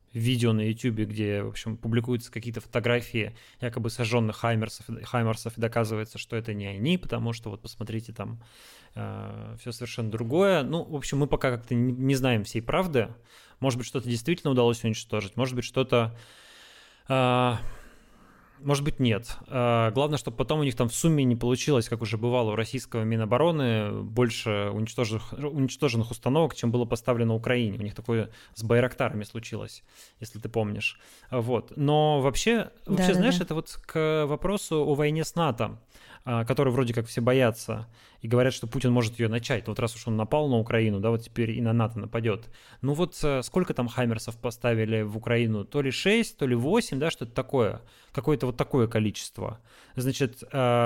видео на YouTube, где, в общем, публикуются какие-то фотографии якобы сожженных хаймерсов, хаймерсов, и доказывается, что это не они, потому что вот посмотрите, там э, все совершенно другое. Ну, в общем, мы пока как-то не, не знаем всей правды. Может быть, что-то действительно удалось уничтожить, может быть, что-то... Э, Может быть, нет. Главное, чтобы потом у них там в сумме не получилось, как уже бывало у российского Минобороны, больше уничтоженных, уничтоженных установок, чем было поставлено Украине. У них такое с Байрактарами случилось, если ты помнишь. Вот. Но вообще, да, вообще да, знаешь, да. это вот к вопросу о войне с НАТО, который вроде как все боятся и говорят, что Путин может ее начать. Вот раз уж он напал на Украину, да, вот теперь и на НАТО нападет. Ну вот сколько там хаймерсов поставили в Украину? То ли шесть, то ли восемь, да, что-то такое. Какое-то вот такое количество. Значит,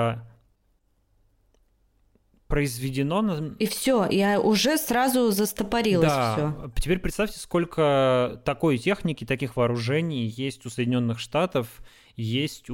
произведено... И все, я уже сразу застопорилась, да, все. Теперь представьте, сколько такой техники, таких вооружений есть у Соединенных Штатов, есть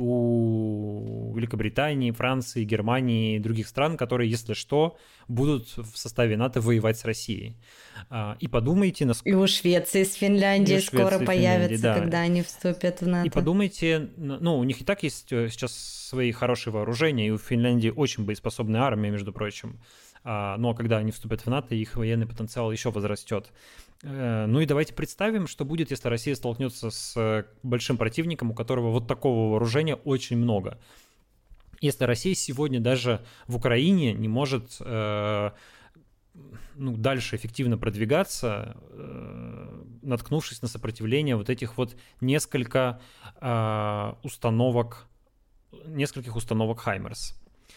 у Великобритании, Франции, Германии и других стран, которые, если что, будут в составе НАТО воевать с Россией. И подумайте, насколько... И у Швеции с Финляндией и скоро Швеции, появятся, Финляндии, да. когда они вступят в НАТО. И подумайте, ну, у них и так есть сейчас свои хорошие вооружения, и у Финляндии очень боеспособная армия, между прочим. Но когда они вступят в НАТО, их военный потенциал еще возрастет. Ну и давайте представим, что будет, если Россия столкнется с большим противником, у которого вот такого вооружения очень много. Если Россия сегодня даже в Украине не может э, ну, дальше эффективно продвигаться, э, наткнувшись на сопротивление вот этих вот несколько э, установок, нескольких установок «Хаймерс».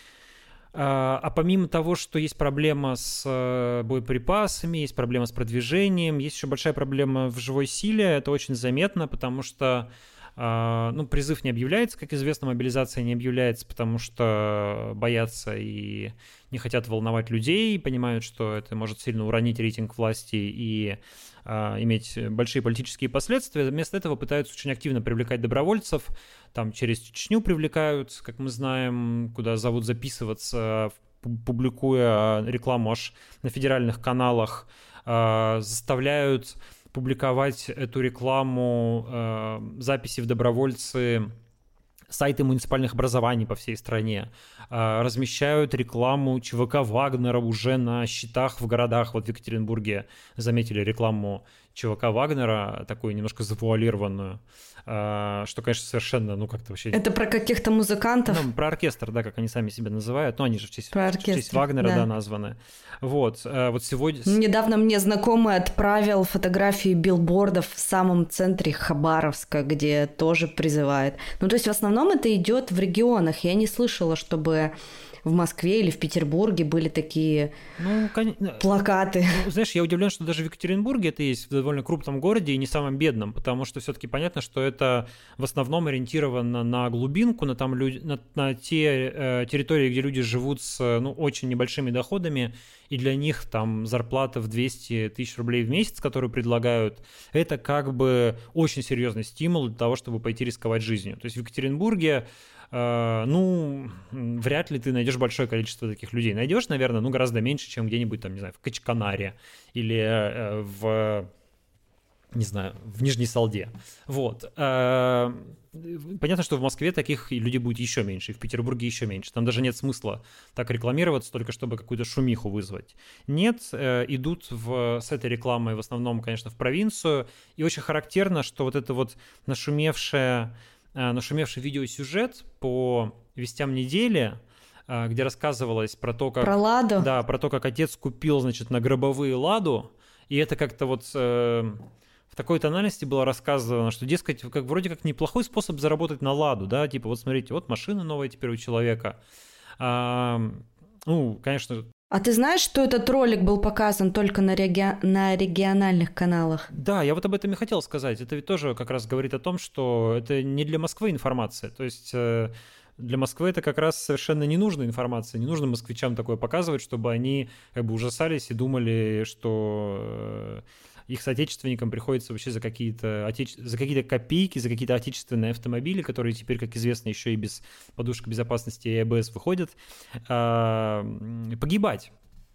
А помимо того, что есть проблема с боеприпасами, есть проблема с продвижением, есть еще большая проблема в живой силе. Это очень заметно, потому что ну, призыв не объявляется, как известно, мобилизация не объявляется, потому что боятся и не хотят волновать людей, понимают, что это может сильно уронить рейтинг власти и а, иметь большие политические последствия. Вместо этого пытаются очень активно привлекать добровольцев, там через Чечню привлекают, как мы знаем, куда зовут записываться, публикуя рекламу аж на федеральных каналах, а, заставляют публиковать эту рекламу, э, записи в добровольцы, сайты муниципальных образований по всей стране, э, размещают рекламу ЧВК Вагнера уже на счетах в городах. Вот в Екатеринбурге заметили рекламу ЧВК Вагнера, такую немножко завуалированную, э, что, конечно, совершенно, ну, как-то вообще... Это про каких-то музыкантов? Ну, про оркестр, да, как они сами себя называют, но они же в честь, про в честь Вагнера, да. да, названы. Вот, э, вот сегодня... Недавно мне знакомый отправил фотографии билбордов в самом центре Хабаровска, где тоже призывает. Ну, то есть в основном это идет в регионах. Я не слышала, чтобы в Москве или в Петербурге были такие ну, кон... плакаты. Ну, знаешь, я удивлен, что даже в Екатеринбурге это есть, в довольно крупном городе и не самом бедном, потому что все-таки понятно, что это в основном ориентировано на глубинку, на, там люди, на, на те э, территории, где люди живут с ну, очень небольшими доходами, и для них там зарплата в двести тысяч рублей в месяц, которую предлагают, это как бы очень серьезный стимул для того, чтобы пойти рисковать жизнью. То есть в Екатеринбурге ну, вряд ли ты найдешь большое количество таких людей. Найдешь, наверное, ну, гораздо меньше, чем где-нибудь там, не знаю, в Качканаре или в, не знаю, в Нижней Салде. Вот. Понятно, что в Москве таких людей будет еще меньше, и в Петербурге еще меньше. Там даже нет смысла так рекламироваться, только чтобы какую-то шумиху вызвать. Нет, идут в, с этой рекламой в основном, конечно, в провинцию, и очень характерно, что вот это вот нашумевшее нашумевший видеосюжет по вестям недели, где рассказывалось про то, как... Про Ладу? Да, про то, как отец купил, значит, на гробовые Ладу, и это как-то вот э, в такой тональности было рассказано, что, дескать, как, вроде как неплохой способ заработать на Ладу, да, типа, вот смотрите, вот машина новая теперь у человека. А, ну, конечно... А ты знаешь, что этот ролик был показан только на, реги... на региональных каналах? Да, я вот об этом и хотел сказать. Это ведь тоже как раз говорит о том, что это не для Москвы информация. То есть э, для Москвы это как раз совершенно ненужная информация. Не нужно москвичам такое показывать, чтобы они как бы ужасались и думали, что э, их соотечественникам приходится вообще за какие-то, отеч... за какие-то копейки, за какие-то отечественные автомобили, которые теперь, как известно, еще и без подушек безопасности и эй би эс выходят, э, погибать.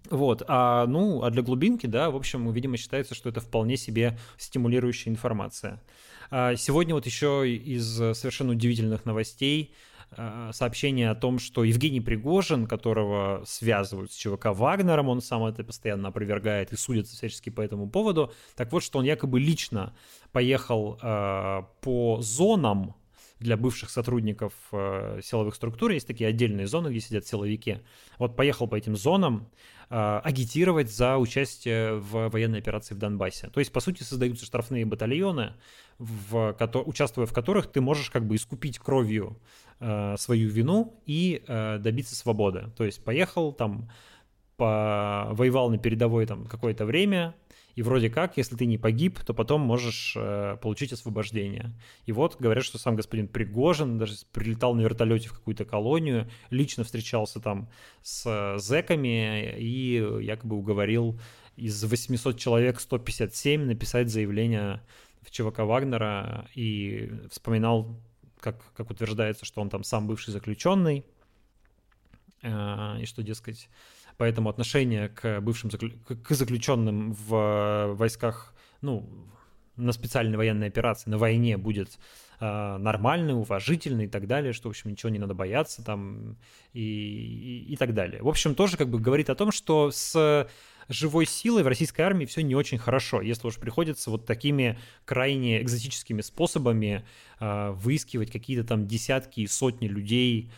Вот, а, ну, а для глубинки, да, в общем, видимо, считается, что это вполне себе стимулирующая информация. А сегодня вот еще из совершенно удивительных новостей сообщение о том, что Евгений Пригожин, которого связывают с ЧВК Вагнером, он сам это постоянно опровергает и судится всячески по этому поводу, так вот, что он якобы лично поехал э, по зонам для бывших сотрудников э, силовых структур, есть такие отдельные зоны, где сидят силовики, вот поехал по этим зонам э, агитировать за участие в военной операции в Донбассе. То есть, по сути, создаются штрафные батальоны, в, участвуя в которых ты можешь как бы искупить кровью э, свою вину и э, добиться свободы. То есть поехал там, по, воевал на передовой там какое-то время, и вроде как, если ты не погиб, то потом можешь э, получить освобождение. И вот говорят, что сам господин Пригожин даже прилетал на вертолете в какую-то колонию, лично встречался там с зэками и якобы уговорил из восьмисот человек сто пятьдесят семь написать заявление в ЧВК Вагнера, и вспоминал, как, как утверждается, что он там сам бывший заключенный, э, и что, дескать, поэтому отношение к бывшим заклю... к заключенным в войсках, ну, на специальной военной операции, на войне будет э, нормальный, уважительный и так далее, что, в общем, ничего не надо бояться там и, и, и так далее. В общем, тоже как бы говорит о том, что с живой силой в российской армии все не очень хорошо, если уж приходится вот такими крайне экзотическими способами э, выискивать какие-то там десятки и сотни людей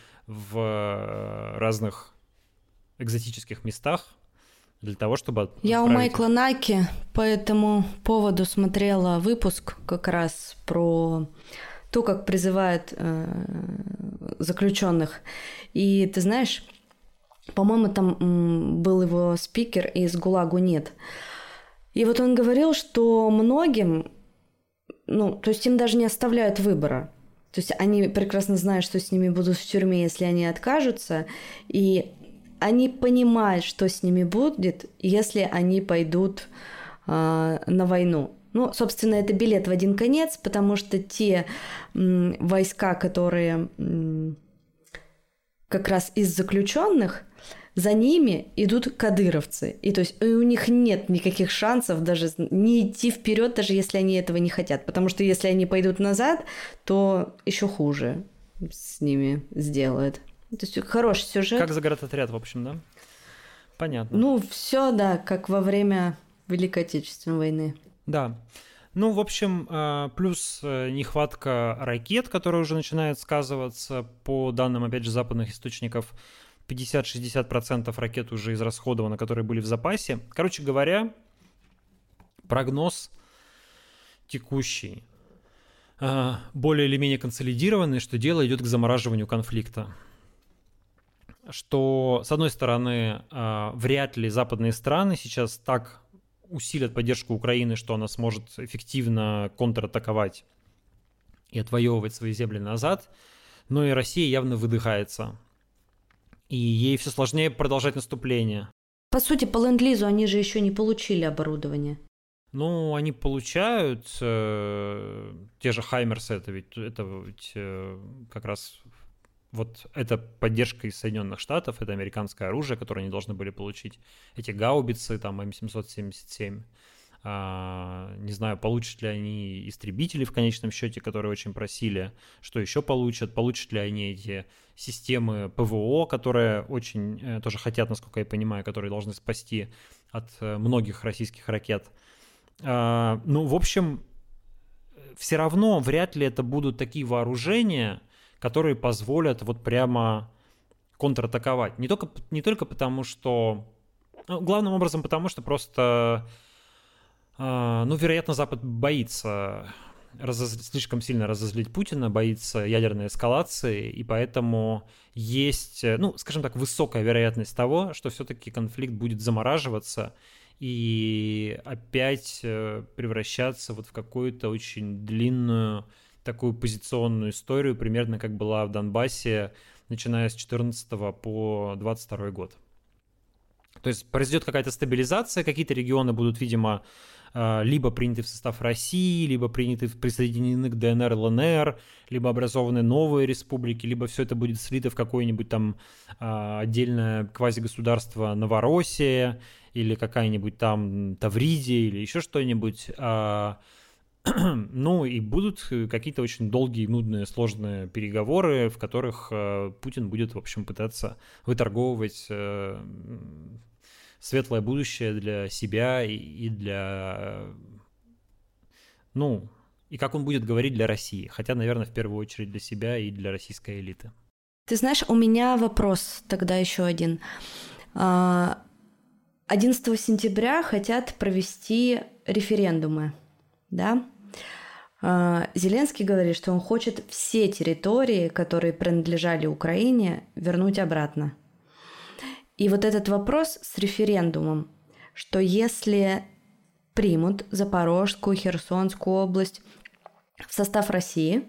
в разных экзотических местах для того, чтобы... Я у Майкла Наки по этому поводу смотрела выпуск как раз про то, как призывают э, заключенных. И ты знаешь, по-моему, там м, был его спикер из «ГУЛАГу нет». И вот он говорил, что многим, ну, то есть им даже не оставляют выбора. То есть они прекрасно знают, что с ними будут в тюрьме, если они откажутся, и они понимают, что с ними будет, если они пойдут э, на войну. Ну, собственно, это билет в один конец, потому что те м, войска, которые м, как раз из заключенных, за ними идут кадыровцы. И то есть у них нет никаких шансов даже не идти вперед, даже если они этого не хотят. Потому что если они пойдут назад, то еще хуже с ними сделают. То есть хороший сюжет. Как заградотряд, в общем, да? Понятно. Ну, все, да, как во время Великой Отечественной войны. Да. Ну, в общем, плюс нехватка ракет, которая уже начинает сказываться, по данным, опять же, западных источников, пятьдесят-шестьдесят процентов ракет уже израсходовано, которые были в запасе. Короче говоря, прогноз текущий, более или менее консолидированный, что дело идет к замораживанию конфликта. Что, с одной стороны, вряд ли западные страны сейчас так усилят поддержку Украины, что она сможет эффективно контратаковать и отвоевывать свои земли назад, но и Россия явно выдыхается. И ей все сложнее продолжать наступление. По сути, по ленд-лизу они же еще не получили оборудование. Ну, они получают э, те же Хаймерсы, это ведь, это ведь э, как раз вот это поддержка из Соединенных Штатов, это американское оружие, которое они должны были получить. Эти гаубицы, там, эм семьсот семьдесят семь. А, не знаю, получат ли они истребители в конечном счете, которые очень просили, что еще получат, получат ли они эти системы ПВО, которые очень э, тоже хотят, насколько я понимаю, которые должны спасти от э, многих российских ракет. А, ну, в общем, все равно вряд ли это будут такие вооружения, которые позволят вот прямо контратаковать. Не только, не только потому, что... Ну, главным образом потому, что просто... Ну, вероятно, Запад боится разоз... слишком сильно разозлить Путина, боится ядерной эскалации, и поэтому есть, ну, скажем так, высокая вероятность того, что все-таки конфликт будет замораживаться и опять превращаться вот в какую-то очень длинную такую позиционную историю, примерно как была в Донбассе, начиная с четырнадцатого по двадцать второй год. То есть произойдет какая-то стабилизация, какие-то регионы будут, видимо, либо приняты в состав России, либо приняты, присоединены к ДНР, ЛНР, либо образованы новые республики, либо все это будет слито в какое-нибудь там отдельное квазигосударство Новороссия или какая-нибудь там Тавридия или еще что-нибудь. Ну и будут какие-то очень долгие, нудные, сложные переговоры, в которых Путин будет, в общем, пытаться выторговывать светлое будущее для себя и для, ну, и как он будет говорить для России. Хотя, наверное, в первую очередь для себя и для российской элиты. Ты знаешь, у меня вопрос тогда еще один. одиннадцатого сентября хотят провести референдумы, да? Зеленский говорит, что он хочет все территории, которые принадлежали Украине, вернуть обратно. И вот этот вопрос с референдумом, что если примут Запорожскую, Херсонскую область в состав России,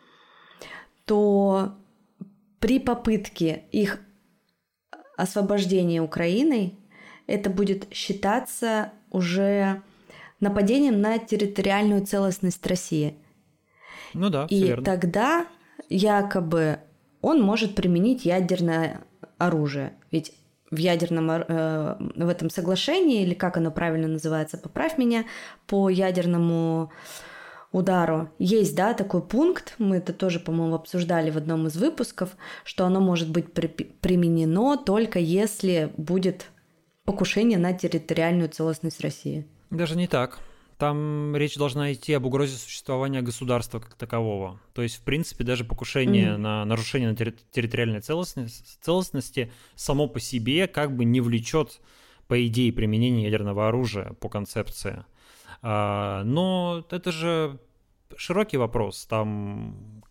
то при попытке их освобождения Украиной это будет считаться уже нападением на территориальную целостность России. Ну да, и все верно. Тогда якобы он может применить ядерное оружие. Ведь в ядерном, э, в этом соглашении, или как оно правильно называется, поправь меня, по ядерному удару, есть, да, такой пункт, мы это тоже, по-моему, обсуждали в одном из выпусков, что оно может быть при- применено только если будет покушение на территориальную целостность России. Даже не так. Там речь должна идти об угрозе существования государства как такового. То есть, в принципе, даже покушение mm-hmm. на нарушение на терри- территориальной целостности, целостности само по себе как бы не влечет, по идее, применение ядерного оружия по концепции. А, но это же широкий вопрос. Там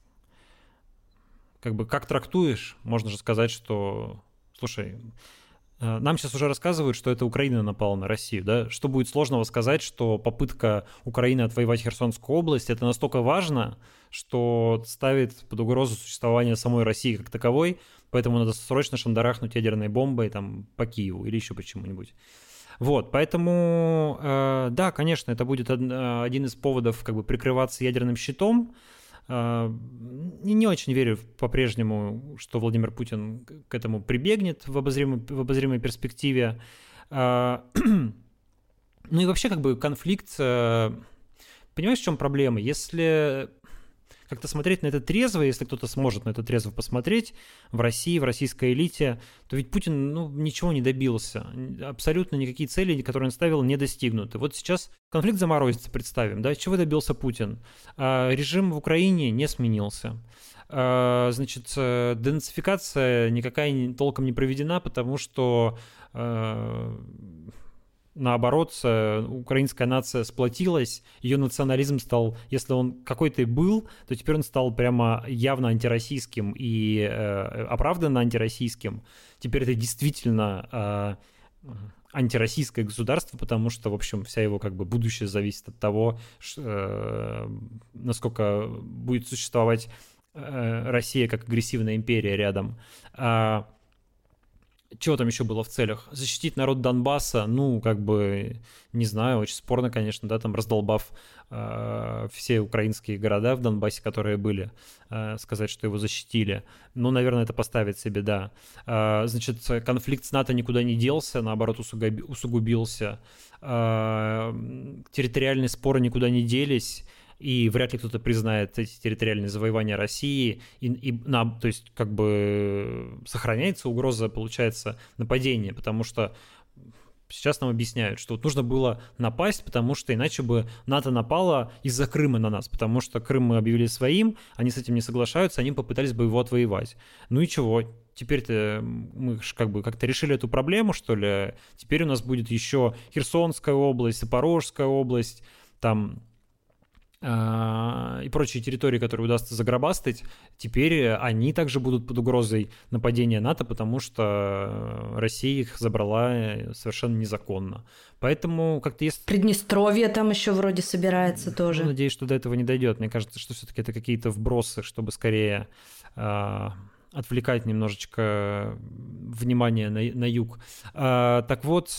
как бы как трактуешь, можно же сказать, что, слушай, нам сейчас уже рассказывают, что это Украина напала на Россию, да? Что будет сложного сказать, что попытка Украины отвоевать Херсонскую область — это настолько важно, что ставит под угрозу существование самой России как таковой, поэтому надо срочно шандарахнуть ядерной бомбой там, по Киеву или еще почему-нибудь. Вот, поэтому, э, да, конечно, это будет од- один из поводов как бы прикрываться ядерным щитом. Не, не очень верю по-прежнему, что Владимир Путин к этому прибегнет в обозримой, в обозримой перспективе. Ну и вообще как бы конфликт... Понимаешь, в чем проблема? Если как-то смотреть на это трезво, если кто-то сможет на это трезво посмотреть в России, в российской элите, то ведь Путин ну, ничего не добился. Абсолютно никакие цели, которые он ставил, не достигнуты. Вот сейчас конфликт заморозится, представим. Да? Чего добился Путин? А, режим в Украине не сменился. А, значит, денацификация никакая толком не проведена, потому что... А, наоборот, украинская нация сплотилась, ее национализм стал, если он какой-то и был, то теперь он стал прямо явно антироссийским и э, оправданно антироссийским. Теперь это действительно э, антироссийское государство, потому что, в общем, вся его как бы будущее зависит от того, ш, э, насколько будет существовать э, Россия как агрессивная империя рядом. А, чего там еще было в целях? Защитить народ Донбасса, ну, как бы, не знаю, очень спорно, конечно, да, там раздолбав э, все украинские города в Донбассе, которые были, э, сказать, что его защитили. Ну, наверное, это поставить себе, да. Э, значит, конфликт с НАТО никуда не делся, наоборот, усугуби, усугубился. Э, территориальные споры никуда не делись. И вряд ли кто-то признает эти территориальные завоевания России, и, и на, то есть как бы сохраняется угроза, получается, нападения, потому что сейчас нам объясняют, что вот нужно было напасть, потому что иначе бы НАТО напало из-за Крыма на нас, потому что Крым мы объявили своим, они с этим не соглашаются, они попытались бы его отвоевать. Ну и чего? Теперь-то мы как бы как-то решили эту проблему, что ли? Теперь у нас будет еще Херсонская область, Запорожская область, там... и прочие территории, которые удастся заграбастать, теперь они также будут под угрозой нападения НАТО, потому что Россия их забрала совершенно незаконно. Поэтому как-то есть... Приднестровье там еще вроде собирается тоже. Ну, надеюсь, что до этого не дойдет. Мне кажется, что все-таки это какие-то вбросы, чтобы скорее отвлекать немножечко внимание на, на юг. А, так вот,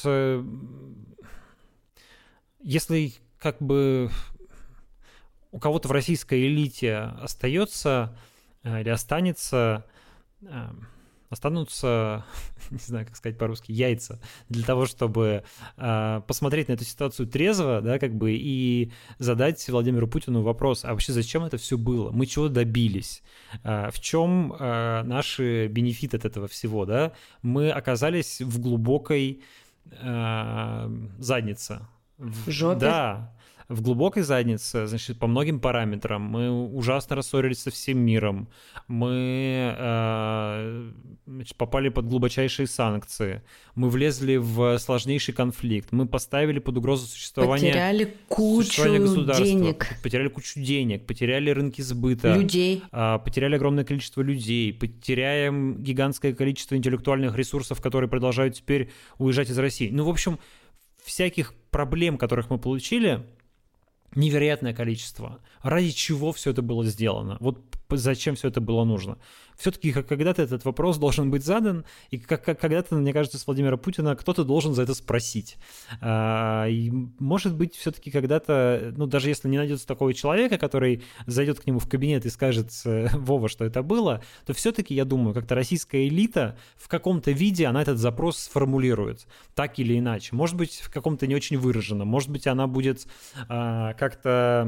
если как бы у кого-то в российской элите остается или останется, останутся, не знаю, как сказать по-русски, яйца для того, чтобы э, посмотреть на эту ситуацию трезво, да, как бы, и задать Владимиру Путину вопрос, а вообще зачем это все было? Мы чего добились? Э, в чем э, наши бенефиты от этого всего, да? Мы оказались в глубокой э, заднице. В жопе? Да. В глубокой заднице, значит, по многим параметрам. Мы ужасно рассорились со всем миром. Мы э, значит, попали под глубочайшие санкции. Мы влезли в сложнейший конфликт. Мы поставили под угрозу существование, потеряли кучу существование государства. денег. Потеряли кучу денег, потеряли рынки сбыта. Людей. Э, потеряли огромное количество людей. Потеряем гигантское количество интеллектуальных ресурсов, которые продолжают теперь уезжать из России. Ну, в общем, всяких проблем, которых мы получили, невероятное количество. Ради чего все это было сделано? Вот зачем все это было нужно? Все-таки когда-то этот вопрос должен быть задан, и когда-то, мне кажется, с Владимира Путина кто-то должен за это спросить. И, может быть, все-таки когда-то, ну, даже если не найдется такого человека, который зайдет к нему в кабинет и скажет: Вова, что это было, то все-таки, я думаю, как-то российская элита в каком-то виде, она этот запрос сформулирует, так или иначе. Может быть, в каком-то не очень выраженном, может быть, она будет а, как-то...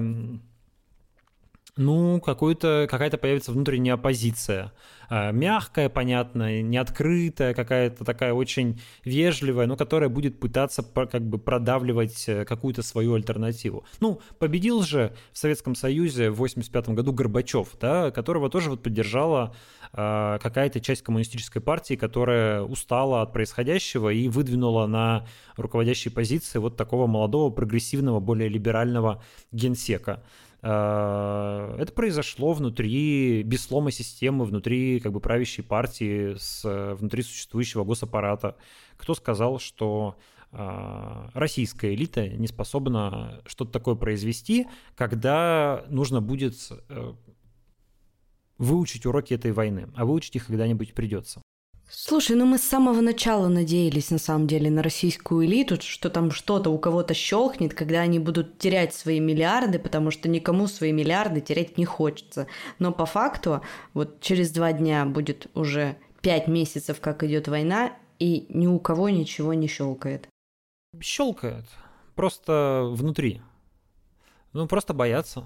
Ну, какой-то, какая-то появится внутренняя оппозиция. Мягкая, понятная, неоткрытая, какая-то такая очень вежливая, но которая будет пытаться как бы продавливать какую-то свою альтернативу. Ну, победил же в Советском Союзе в восемьдесят пятом году Горбачев, да, которого тоже вот поддержала какая-то часть коммунистической партии, которая устала от происходящего и выдвинула на руководящие позиции вот такого молодого, прогрессивного, более либерального генсека. Это произошло внутри, без слома системы, внутри как бы правящей партии, с, внутри существующего госаппарата. Кто сказал, что э, российская элита не способна что-то такое произвести, когда нужно будет э, выучить уроки этой войны, а выучить их когда-нибудь придется. Слушай, ну мы с самого начала надеялись, на самом деле, на российскую элиту, что там что-то у кого-то щелкнет, когда они будут терять свои миллиарды, потому что никому свои миллиарды терять не хочется. Но по факту, вот через два дня будет уже пять месяцев, как идет война, и ни у кого ничего не щелкает. Щелкает. Просто внутри. Ну, просто боятся.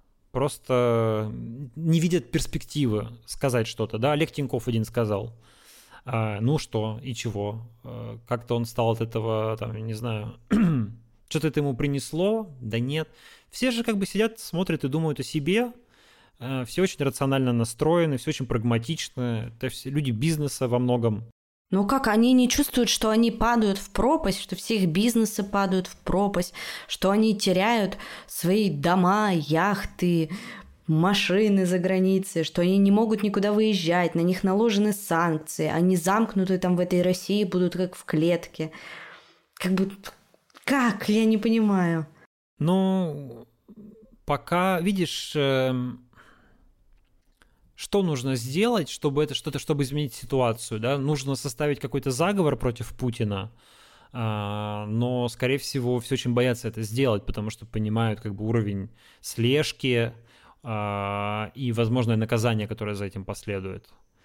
Просто не видят перспективы сказать что-то. Да, Олег Тинькофф один сказал. А, ну что, и чего? А, как-то он стал от этого, там, не знаю, что-то это ему принесло? Да нет. Все же как бы сидят, смотрят и думают о себе. А, все очень рационально настроены, все очень прагматично. Это все люди бизнеса во многом. Ну как, они не чувствуют, что они падают в пропасть, что все их бизнесы падают в пропасть, что они теряют свои дома, яхты, машины за границей, что они не могут никуда выезжать, на них наложены санкции, они замкнуты там в этой России, будут как в клетке. Как бы, как? Я не понимаю. Ну, пока, видишь, э, что нужно сделать, чтобы это что-то, чтобы изменить ситуацию, да? Нужно составить какой-то заговор против Путина, э, но, скорее всего, все очень боятся это сделать, потому что понимают как бы уровень слежки, и возможное наказание, которое за этим последует.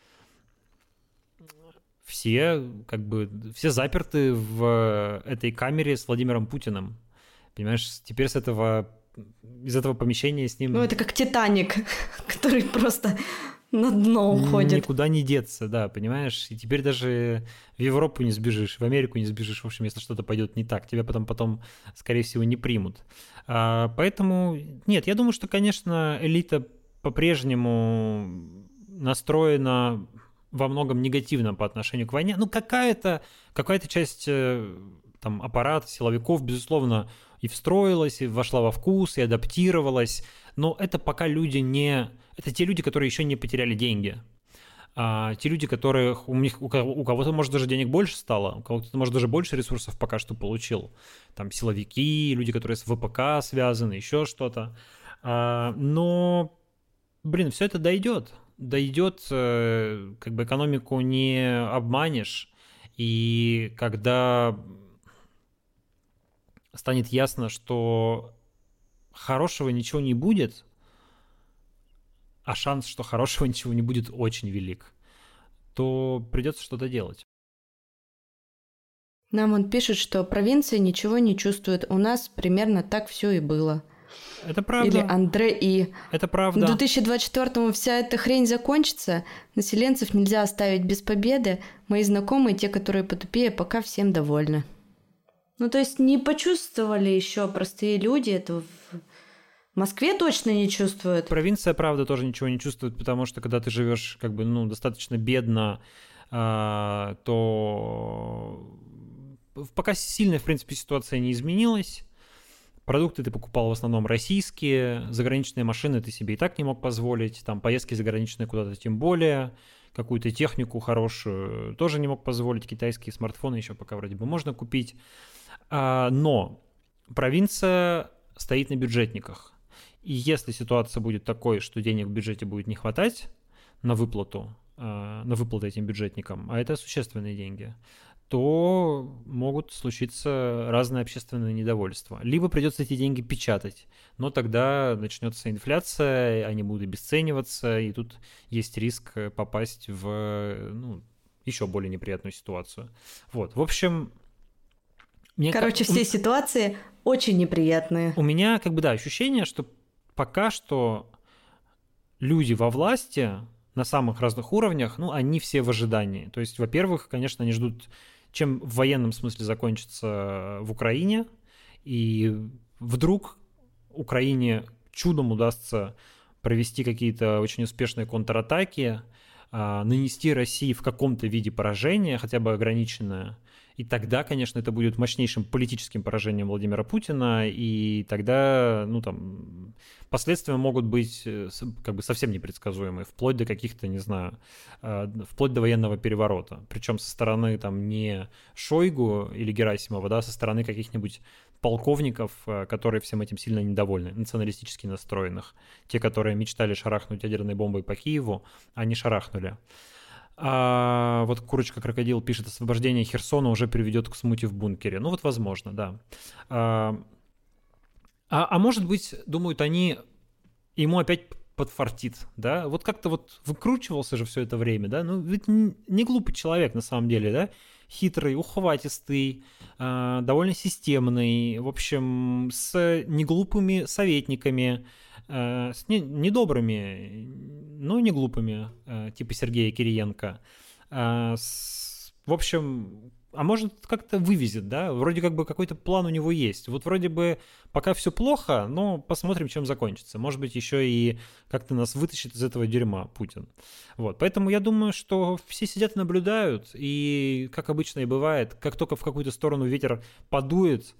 Все, как бы, все заперты в этой камере с Владимиром Путиным. Понимаешь, теперь с этого, из этого помещения с ним... Ну, это как Титаник, который просто на дно уходит. Никуда не деться, да, понимаешь? И теперь даже в Европу не сбежишь, в Америку не сбежишь. В общем, если что-то пойдет не так, тебя потом, потом скорее всего, не примут. А, поэтому, нет, я думаю, что, конечно, элита по-прежнему настроена во многом негативно по отношению к войне. Ну, какая-то, какая-то часть там, аппарата, силовиков, безусловно, и встроилась, и вошла во вкус, и адаптировалась. Но это пока люди не... Это те люди, которые еще не потеряли деньги. А, те люди, которых у них у кого-то, может, даже денег больше стало, у кого-то, может, даже больше ресурсов пока что получил. Там силовики, люди, которые с ВПК связаны, еще что-то. А, но, блин, все это дойдет. дойдет, как бы экономику не обманешь, и когда станет ясно, что хорошего ничего не будет, а шанс, что хорошего ничего не будет, очень велик, то придется что-то делать. Нам он пишет, что провинция ничего не чувствует. У нас примерно так все и было. Это правда. Или Андре И. Это правда. В две тысячи двадцать четвёртом вся эта хрень закончится. Населенцев нельзя оставить без победы. Мои знакомые, те, которые потупее, пока всем довольны. Ну, то есть не почувствовали еще простые люди этого. В Москве точно не чувствуют. Провинция, правда, тоже ничего не чувствует, потому что когда ты живешь как бы, ну, достаточно бедно, а, то пока сильно, в принципе, ситуация не изменилась. Продукты ты покупал в основном российские, заграничные машины ты себе и так не мог позволить, там поездки заграничные куда-то тем более, какую-то технику хорошую тоже не мог позволить, китайские смартфоны еще пока вроде бы можно купить. А, но провинция стоит на бюджетниках. И если ситуация будет такой, что денег в бюджете будет не хватать на выплату, на выплаты этим бюджетникам, а это существенные деньги, то могут случиться разные общественные недовольства. Либо придется эти деньги печатать, но тогда начнется инфляция, они будут обесцениваться, и тут есть риск попасть в, ну, еще более неприятную ситуацию. Вот, в общем... Мне Короче, как... все ситуации очень неприятные. У меня, как бы, да, ощущение, что пока что люди во власти на самых разных уровнях, ну, они все в ожидании. То есть, во-первых, конечно, они ждут, чем в военном смысле закончится в Украине, и вдруг Украине чудом удастся провести какие-то очень успешные контратаки, нанести России в каком-то виде поражение, хотя бы ограниченное. И тогда, конечно, это будет мощнейшим политическим поражением Владимира Путина, и тогда, ну, там, последствия могут быть как бы совсем непредсказуемые, вплоть до каких-то, не знаю, вплоть до военного переворота. Причем со стороны, там, не Шойгу или Герасимова, да, со стороны каких-нибудь полковников, которые всем этим сильно недовольны, националистически настроенных. Те, которые мечтали шарахнуть ядерной бомбой по Киеву, они шарахнули. А вот Курочка-крокодил пишет, освобождение Херсона уже приведет к смуте в бункере. Ну вот, возможно, да. А, а, а может быть, думают они, ему опять подфартит, да? Вот как-то вот выкручивался же все это время, да? Ну ведь не глупый человек на самом деле, да? Хитрый, ухватистый, а, довольно системный, в общем, с неглупыми советниками, с недобрыми, но не глупыми, типа Сергея Кириенко. С, в общем, а может как-то вывезет, да? Вроде как бы какой-то план у него есть. Вот вроде бы пока все плохо, но посмотрим, чем закончится. Может быть, еще и как-то нас вытащит из этого дерьма Путин. Вот, поэтому я думаю, что все сидят и наблюдают, и, как обычно и бывает, как только в какую-то сторону ветер подует,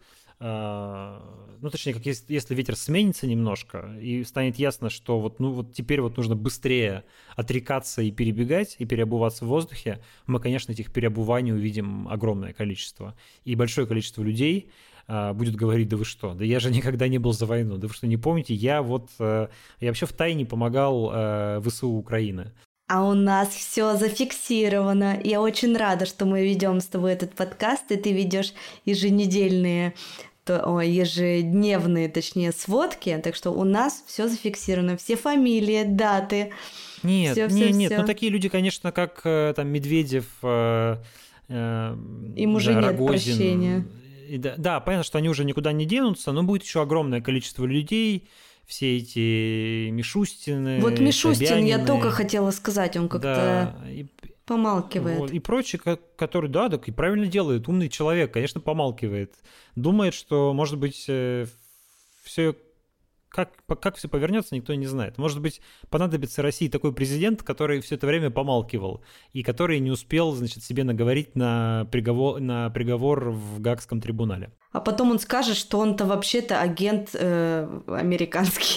ну, точнее, как если, если ветер сменится немножко, и станет ясно, что вот, ну, вот теперь вот нужно быстрее отрекаться и перебегать, и переобуваться в воздухе, мы, конечно, этих переобуваний увидим огромное количество. И большое количество людей а, будет говорить, да вы что, да я же никогда не был за войну, да вы что, не помните, я вот, а, я вообще втайне помогал а, ВСУ Украины. А у нас все зафиксировано. Я очень рада, что мы ведем с тобой этот подкаст, и ты ведешь еженедельные, то, о, ежедневные, точнее, сводки. Так что у нас все зафиксировано, все фамилии, даты. Нет, всё, нет, всё, нет. всё. Ну такие люди, конечно, как там Медведев, э, э, им уже да, нет Рогозин, прощения. И, да, да, понятно, что они уже никуда не денутся, но будет еще огромное количество людей. Все эти Мишустины, Вот Мишустин, Собянины, я только хотела сказать, он как-то да, и, помалкивает. Вот, и прочие, который, да, так и правильно делает, умный человек, конечно, помалкивает. Думает, что, может быть, все, как, как все повернется, никто не знает. Может быть, понадобится России такой президент, который все это время помалкивал, и который не успел, значит, себе наговорить на приговор, на приговор в Гаагском трибунале. А потом он скажет, что он-то вообще-то агент э, американский.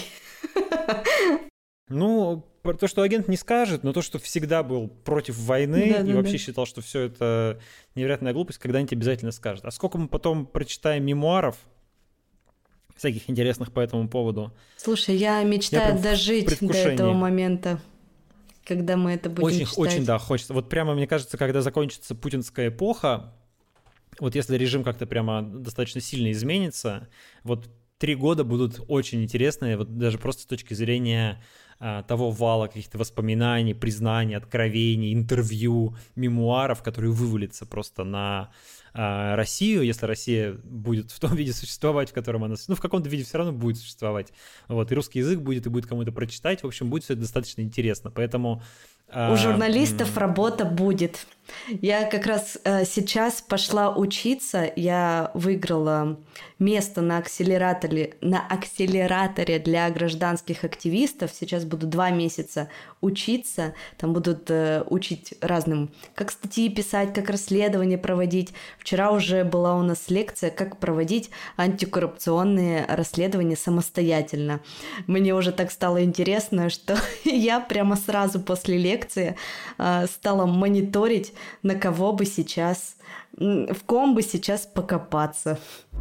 Ну, то, что агент не скажет, но то, что всегда был против войны да, и да, вообще да. считал, что все это невероятная глупость, когда-нибудь обязательно скажет. А сколько мы потом прочитаем мемуаров всяких интересных по этому поводу. Слушай, я мечтаю я дожить до этого момента. когда мы это будем очень, читать. Очень, да, хочется. Вот прямо, мне кажется, когда закончится путинская эпоха, вот если режим как-то прямо достаточно сильно изменится, вот три года будут очень интересные, вот даже просто с точки зрения а, того вала каких-то воспоминаний, признаний, откровений, интервью, мемуаров, которые вывалятся просто на а, Россию, если Россия будет в том виде существовать, в котором она... Ну, в каком-то виде все равно будет существовать. Вот, и русский язык будет, и будет кому-то прочитать. В общем, будет все это достаточно интересно. Поэтому... У журналистов работа будет. Я как раз э, сейчас пошла учиться. Я выиграла место на акселераторе, на акселераторе для гражданских активистов. Сейчас буду два месяца учиться. Там будут э, учить разным, как статьи писать, как расследования проводить. Вчера уже была у нас лекция, как проводить антикоррупционные расследования самостоятельно. Мне уже так стало интересно, что я прямо сразу после лекции стала мониторить, на кого бы сейчас, в ком бы сейчас покопаться.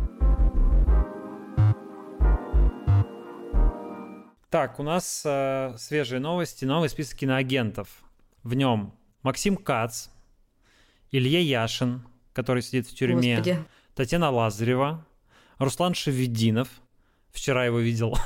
Так, у нас э, свежие новости, новый список киноагентов. В нем Максим Кац, Илья Яшин, который сидит в тюрьме, Господи. Татьяна Лазарева, Руслан Шевединов, вчера его видел,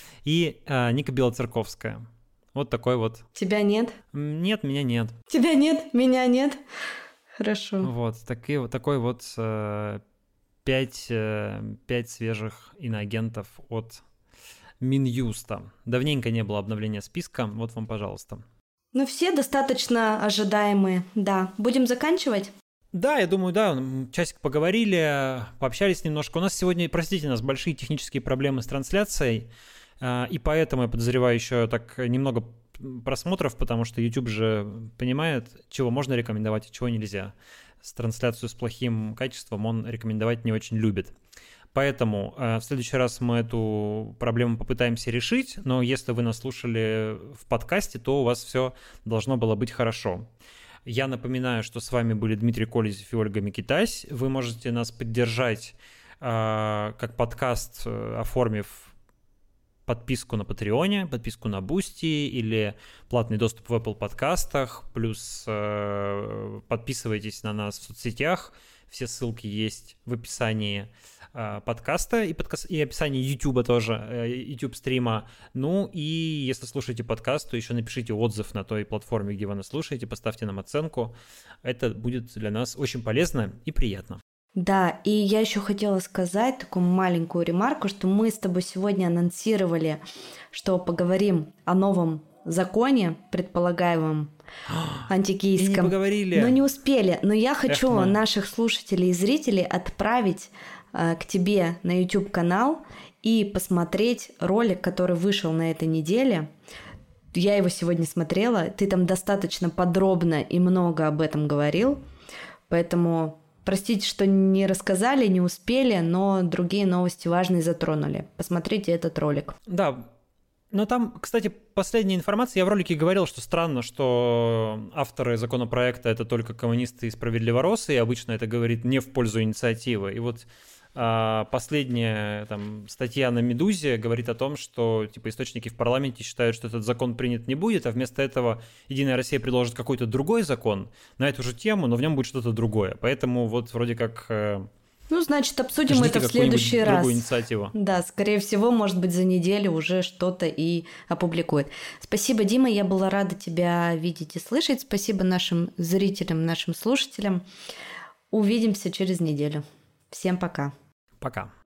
и э, Ника Белоцерковская. Вот такой вот. Тебя нет? Нет, меня нет. Тебя нет, меня нет. Хорошо. Вот, такие, вот такой вот э, пять, э, пять свежих иноагентов от Минюста. Давненько не было обновления списка. Вот вам, пожалуйста. Ну, все достаточно ожидаемые. Да. Будем заканчивать? Да, я думаю, да. Часик поговорили, пообщались немножко. У нас сегодня, простите нас, большие технические проблемы с трансляцией. И поэтому, я подозреваю, еще так немного просмотров, потому что YouTube же понимает, чего можно рекомендовать, а чего нельзя. С трансляцию с плохим качеством он рекомендовать не очень любит. Поэтому в следующий раз мы эту проблему попытаемся решить, но если вы нас слушали в подкасте, то у вас все должно было быть хорошо. Я напоминаю, что с вами были Дмитрий Колезев и Ольга Микитась. Вы можете нас поддержать как подкаст, оформив подписку на Патреоне, подписку на Бусти или платный доступ в Apple подкастах, плюс э, подписывайтесь на нас в соцсетях, все ссылки есть в описании э, подкаста и, подка... и описании YouTube тоже, э, YouTube стрима. Ну и если слушаете подкаст, то еще напишите отзыв на той платформе, где вы нас слушаете, поставьте нам оценку, это будет для нас очень полезно и приятно. Да, и я еще хотела сказать такую маленькую ремарку, что мы с тобой сегодня анонсировали, что поговорим о новом законе, предполагаемом антигейском. И не поговорили. Но не успели. Но я хочу Эх, наших слушателей и зрителей отправить э, к тебе на YouTube-канал и посмотреть ролик, который вышел на этой неделе. Я его сегодня смотрела. Ты там достаточно подробно и много об этом говорил. Поэтому... Простите, что не рассказали, не успели, но другие новости важные затронули. Посмотрите этот ролик. Да, но там, кстати, последняя информация. Я в ролике говорил, что странно, что авторы законопроекта — это только коммунисты и справедливоросы, и обычно это говорит не в пользу инициативы. И вот а, последняя там, статья на «Медузе» говорит о том, что типа источники в парламенте считают, что этот закон принят не будет, а вместо этого «Единая Россия» предложит какой-то другой закон на эту же тему, но в нем будет что-то другое. Поэтому вот вроде как... Ну, значит, обсудим это в следующий раз. Другую инициативу. Да, скорее всего, может быть, за неделю уже что-то и опубликует. Спасибо, Дима, я была рада тебя видеть и слышать. Спасибо нашим зрителям, нашим слушателям. Увидимся через неделю. Всем пока. Пока.